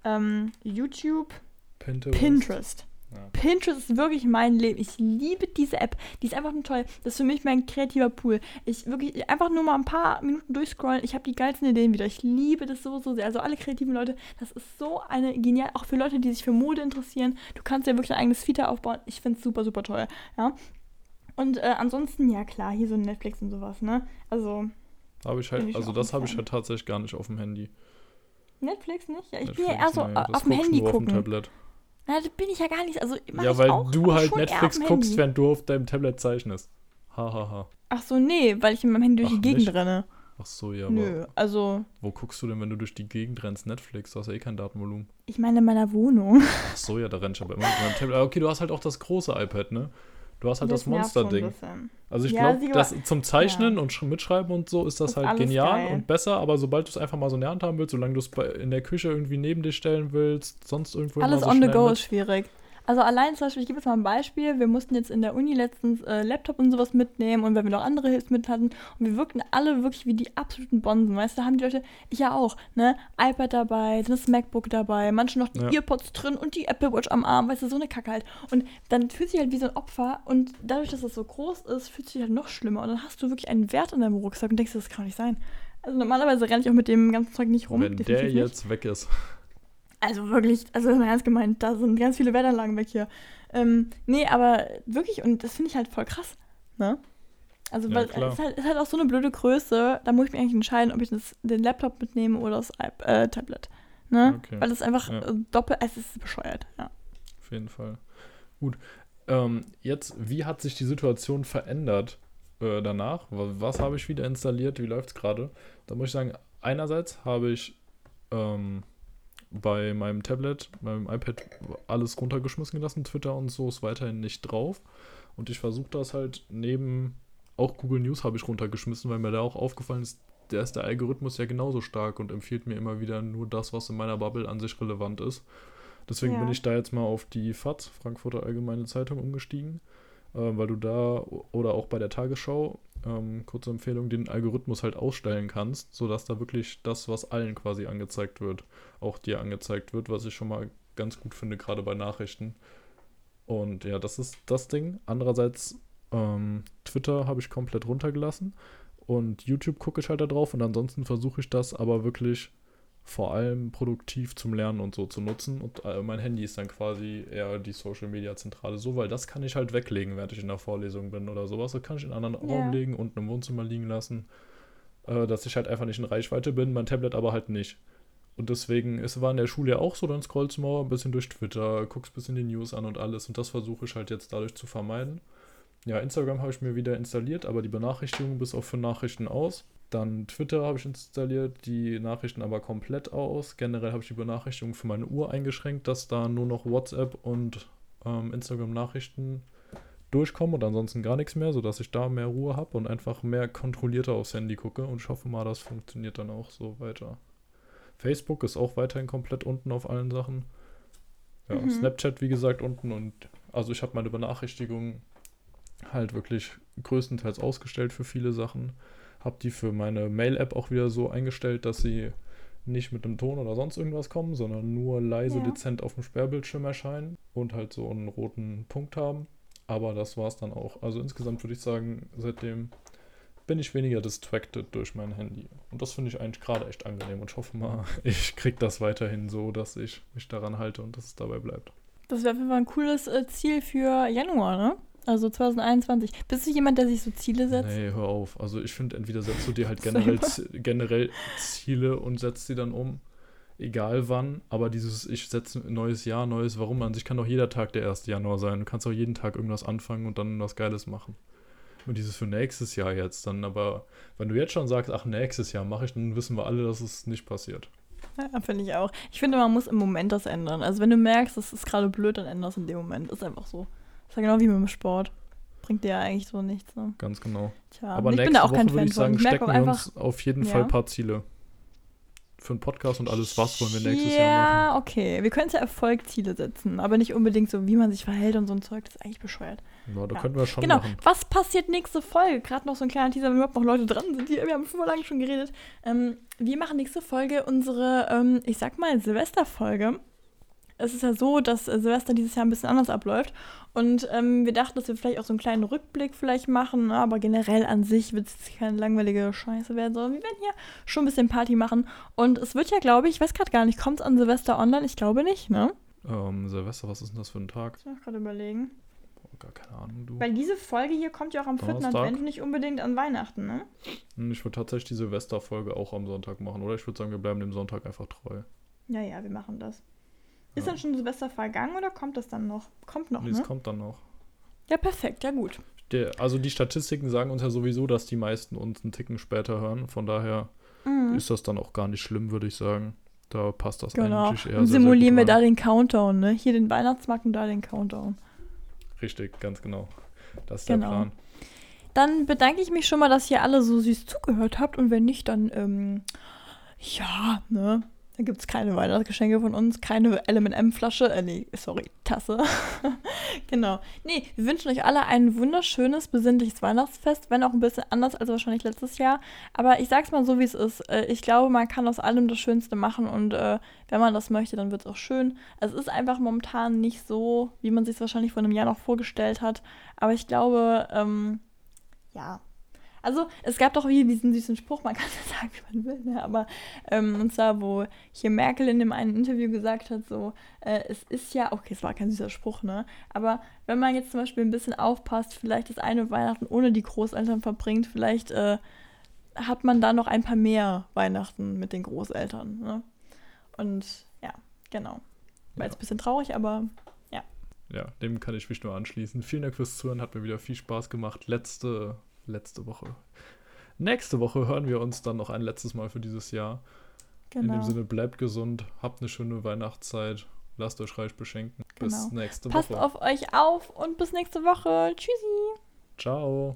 YouTube, Pinterest. Ja. Pinterest ist wirklich mein Leben. Ich liebe diese App. Die ist einfach nur toll. Das ist für mich mein kreativer Pool. Ich wirklich einfach nur mal ein paar Minuten durchscrollen. Ich habe die geilsten Ideen wieder. Ich liebe das so sehr. Also alle kreativen Leute, das ist so eine genial, auch für Leute, die sich für Mode interessieren. Du kannst ja wirklich ein eigenes Feature aufbauen. Ich finde es super, super toll. Ja. Und ansonsten, ja klar, hier so Netflix und sowas, ne? Also habe ich halt, also das habe ich halt tatsächlich gar nicht auf dem Handy. Netflix nicht? Ja, ich bin ja eher so auf dem Handy gucken. Auf dem Tablet. Na, das bin ich ja gar nicht. Also, ja, weil du halt Netflix guckst, während du auf deinem Tablet zeichnest. Hahaha. Ach so, nee, weil ich in meinem Handy durch die Gegend renne. Ach so, ja. Nö, also. Wo guckst du denn, wenn du durch die Gegend rennst? Netflix, du hast ja eh kein Datenvolumen. Ich meine in meiner Wohnung. Ach so, ja, da rennst du aber immer mit meinem Tablet. Okay, du hast halt auch das große iPad, ne? Du hast halt das Monster-Ding. Also ich glaube, zum Zeichnen und Mitschreiben und so ist das halt genial und besser, aber sobald du es einfach mal so in der Hand haben willst, solange du es in der Küche irgendwie neben dir stellen willst, sonst irgendwo alles on the go ist schwierig. Also allein zum Beispiel, ich gebe jetzt mal ein Beispiel, wir mussten jetzt in der Uni letztens Laptop und sowas mitnehmen und wenn wir noch andere Hilfsmittel hatten und wir wirkten alle wirklich wie die absoluten Bonsen, weißt du, haben die Leute, ich ja auch, ne, iPad dabei, das MacBook dabei, manche noch die Earpods drin und die Apple Watch am Arm, weißt du, so eine Kacke halt. Und dann fühlt sich halt wie so ein Opfer und dadurch, dass das so groß ist, fühlt sich halt noch schlimmer und dann hast du wirklich einen Wert in deinem Rucksack und denkst, das kann nicht sein. Also normalerweise renne ich auch mit dem ganzen Zeug nicht rum. Wenn der jetzt weg ist. Also wirklich, also ernst gemeint, da sind ganz viele Wertanlagen weg hier. Nee, aber wirklich, und das finde ich halt voll krass, ne? Also, ja, weil es ist halt auch so eine blöde Größe, da muss ich mich eigentlich entscheiden, ob ich den Laptop mitnehme oder das Tablet, ne? Okay. Weil es einfach es ist bescheuert, ja. Auf jeden Fall. Gut, jetzt, wie hat sich die Situation verändert danach? Was habe ich wieder installiert? Wie läuft es gerade? Da muss ich sagen, einerseits habe ich bei meinem Tablet, meinem iPad alles runtergeschmissen gelassen. Twitter und so ist weiterhin nicht drauf. Und ich versuche das halt auch Google News habe ich runtergeschmissen, weil mir da auch aufgefallen ist, der Algorithmus ja genauso stark und empfiehlt mir immer wieder nur das, was in meiner Bubble an sich relevant ist. Deswegen bin ich da jetzt mal auf die FAZ, Frankfurter Allgemeine Zeitung, umgestiegen, weil du da oder auch bei der Tagesschau, kurze Empfehlung, den Algorithmus halt ausstellen kannst, sodass da wirklich das, was allen quasi angezeigt wird, auch dir angezeigt wird, was ich schon mal ganz gut finde, gerade bei Nachrichten. Und ja, das ist das Ding. Andererseits, Twitter habe ich komplett runtergelassen und YouTube gucke ich halt da drauf und ansonsten versuche ich das aber wirklich vor allem produktiv zum Lernen und so zu nutzen und mein Handy ist dann quasi eher die Social-Media-Zentrale so, weil das kann ich halt weglegen, während ich in der Vorlesung bin oder sowas. Das kann ich in einen anderen Raum legen, unten im Wohnzimmer liegen lassen, dass ich halt einfach nicht in Reichweite bin, mein Tablet aber halt nicht. Und deswegen, es war in der Schule ja auch so, dann scrollst du mal ein bisschen durch Twitter, guckst ein bisschen die News an und alles und das versuche ich halt jetzt dadurch zu vermeiden. Ja, Instagram habe ich mir wieder installiert, aber die Benachrichtigungen bis auf für Nachrichten aus. Dann Twitter habe ich installiert, die Nachrichten aber komplett aus. Generell habe ich die Benachrichtigungen für meine Uhr eingeschränkt, dass da nur noch WhatsApp und Instagram-Nachrichten durchkommen und ansonsten gar nichts mehr, sodass ich da mehr Ruhe habe und einfach mehr kontrollierter aufs Handy gucke und ich hoffe mal, das funktioniert dann auch so weiter. Facebook ist auch weiterhin komplett unten auf allen Sachen. Ja, Snapchat, wie gesagt, unten. Und also ich habe meine Benachrichtigungen halt wirklich größtenteils ausgestellt für viele Sachen. Habe die für meine Mail-App auch wieder so eingestellt, dass sie nicht mit einem Ton oder sonst irgendwas kommen, sondern nur leise, dezent auf dem Sperrbildschirm erscheinen und halt so einen roten Punkt haben. Aber das war's dann auch. Also insgesamt würde ich sagen, seitdem bin ich weniger distracted durch mein Handy. Und das finde ich eigentlich gerade echt angenehm. Und ich hoffe mal, ich kriege das weiterhin so, dass ich mich daran halte und dass es dabei bleibt. Das wäre auf jeden Fall ein cooles Ziel für Januar, ne? Also 2021. Bist du jemand, der sich so Ziele setzt? Nee, hör auf. Also ich finde, entweder setzt du dir halt generell Ziele und setzt sie dann um, egal wann. Aber dieses, ich setze ein neues Jahr, neues Warum an sich kann doch jeder Tag der 1. Januar sein. Du kannst auch jeden Tag irgendwas anfangen und dann was Geiles machen. Und dieses für nächstes Jahr jetzt dann, aber wenn du jetzt schon sagst, ach, nächstes Jahr mache ich, dann wissen wir alle, dass es nicht passiert. Ja, finde ich auch. Ich finde, man muss im Moment das ändern. Also wenn du merkst, das ist gerade blöd, dann änderst du in dem Moment. Ist einfach so. Das ist ja genau wie mit dem Sport. Bringt dir ja eigentlich so nichts. Ne? Ganz genau. Tja, aber ich nächste bin da auch Woche kein würde Fan ich sagen, von. stecken wir uns auf jeden Fall ein paar Ziele. Für einen Podcast und alles, was wollen wir nächstes Jahr machen? Ja, okay. Wir können ja Erfolgsziele setzen, aber nicht unbedingt so, wie man sich verhält und so ein Zeug. Das ist eigentlich bescheuert. Ja, da könnten wir schon genau. machen. Was passiert nächste Folge? Gerade noch so ein kleiner Teaser, wenn überhaupt noch Leute dran sind. Wir haben vor lang schon geredet. Wir machen nächste Folge unsere, ich sag mal, Silvesterfolge. Es ist ja so, dass Silvester dieses Jahr ein bisschen anders abläuft. Und wir dachten, dass wir vielleicht auch so einen kleinen Rückblick vielleicht machen. Ne? Aber generell an sich wird es keine langweilige Scheiße werden, sondern wir werden hier schon ein bisschen Party machen. Und es wird ja, glaube ich weiß gerade gar nicht, kommt es an Silvester online? Ich glaube nicht, ne? Silvester, was ist denn das für ein Tag? Ich muss gerade überlegen. Gar keine Ahnung, du. Weil diese Folge hier kommt ja auch am 4. Advent und nicht unbedingt an Weihnachten, ne? Ich würde tatsächlich die Silvesterfolge auch am Sonntag machen. Oder ich würde sagen, wir bleiben dem Sonntag einfach treu. Ja, wir machen das. Ist dann schon Silvester vergangen oder kommt das dann noch? Kommt noch, ne? Es kommt dann noch. Ja, perfekt, ja gut. Also die Statistiken sagen uns ja sowieso, dass die meisten uns einen Ticken später hören. Von daher ist das dann auch gar nicht schlimm, würde ich sagen. Da passt das eigentlich eher. Und sehr, simulieren sehr wir da den Countdown, ne? Hier den Weihnachtsmarkt und da den Countdown. Richtig, ganz genau. Das ist der Plan. Dann bedanke ich mich schon mal, dass ihr alle so süß zugehört habt. Und wenn nicht, dann, ne? Da gibt es keine Weihnachtsgeschenke von uns, keine LM&M-Flasche, Tasse. Genau. Nee, wir wünschen euch alle ein wunderschönes, besinnliches Weihnachtsfest, wenn auch ein bisschen anders als wahrscheinlich letztes Jahr. Aber ich sag's mal so, wie es ist. Ich glaube, man kann aus allem das Schönste machen und wenn man das möchte, dann wird es auch schön. Es ist einfach momentan nicht so, wie man sich es wahrscheinlich vor einem Jahr noch vorgestellt hat. Aber ich glaube, Also, es gab doch hier diesen süßen Spruch, man kann ja sagen, wie man will, ne? Aber, und zwar, wo hier Merkel in dem einen Interview gesagt hat, so, es ist ja, okay, es war kein süßer Spruch, ne? Aber wenn man jetzt zum Beispiel ein bisschen aufpasst, vielleicht das eine Weihnachten ohne die Großeltern verbringt, vielleicht hat man da noch ein paar mehr Weihnachten mit den Großeltern, ne? Und, ja, genau. War jetzt ein bisschen traurig, aber, ja. Ja, dem kann ich mich nur anschließen. Vielen Dank fürs Zuhören, hat mir wieder viel Spaß gemacht. Letzte Woche. Nächste Woche hören wir uns dann noch ein letztes Mal für dieses Jahr. Genau. In dem Sinne, bleibt gesund, habt eine schöne Weihnachtszeit, lasst euch reich beschenken. Genau. Bis nächste Woche. Passt auf euch auf und bis nächste Woche. Tschüssi. Ciao.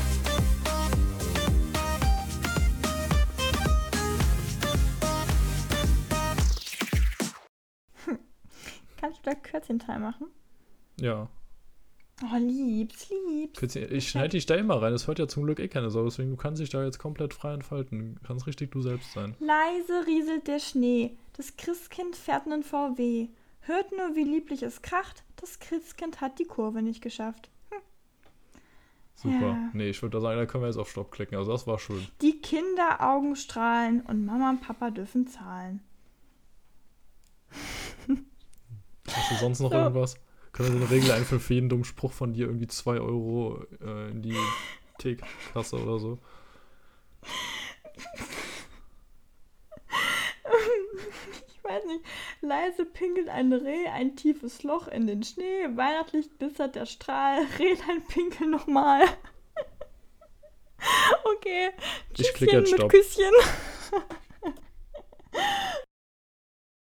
Kann ich wieder Kürzchenteil machen? Ja. Oh, liebs. Ich schneide dich da immer rein. Das hört ja zum Glück keine Sau. Deswegen, du kannst dich da jetzt komplett frei entfalten. Du kannst richtig du selbst sein. Leise rieselt der Schnee. Das Christkind fährt nen VW. Hört nur, wie lieblich es kracht. Das Christkind hat die Kurve nicht geschafft. Super. Ja. Nee, ich würde da sagen, da können wir jetzt auf Stopp klicken. Also das war schön. Die Kinderaugen strahlen und Mama und Papa dürfen zahlen. Hast du sonst noch irgendwas? Können wir so eine Regel einführen für jeden dummen Spruch von dir irgendwie 2 Euro in die Teekasse oder so? Ich weiß nicht. Leise pinkelt ein Reh, ein tiefes Loch in den Schnee. Weihnachtlich glitzert der Strahl. Rehlein pinkel nochmal. Okay. Ich klicke jetzt Stopp. Mit Küsschen.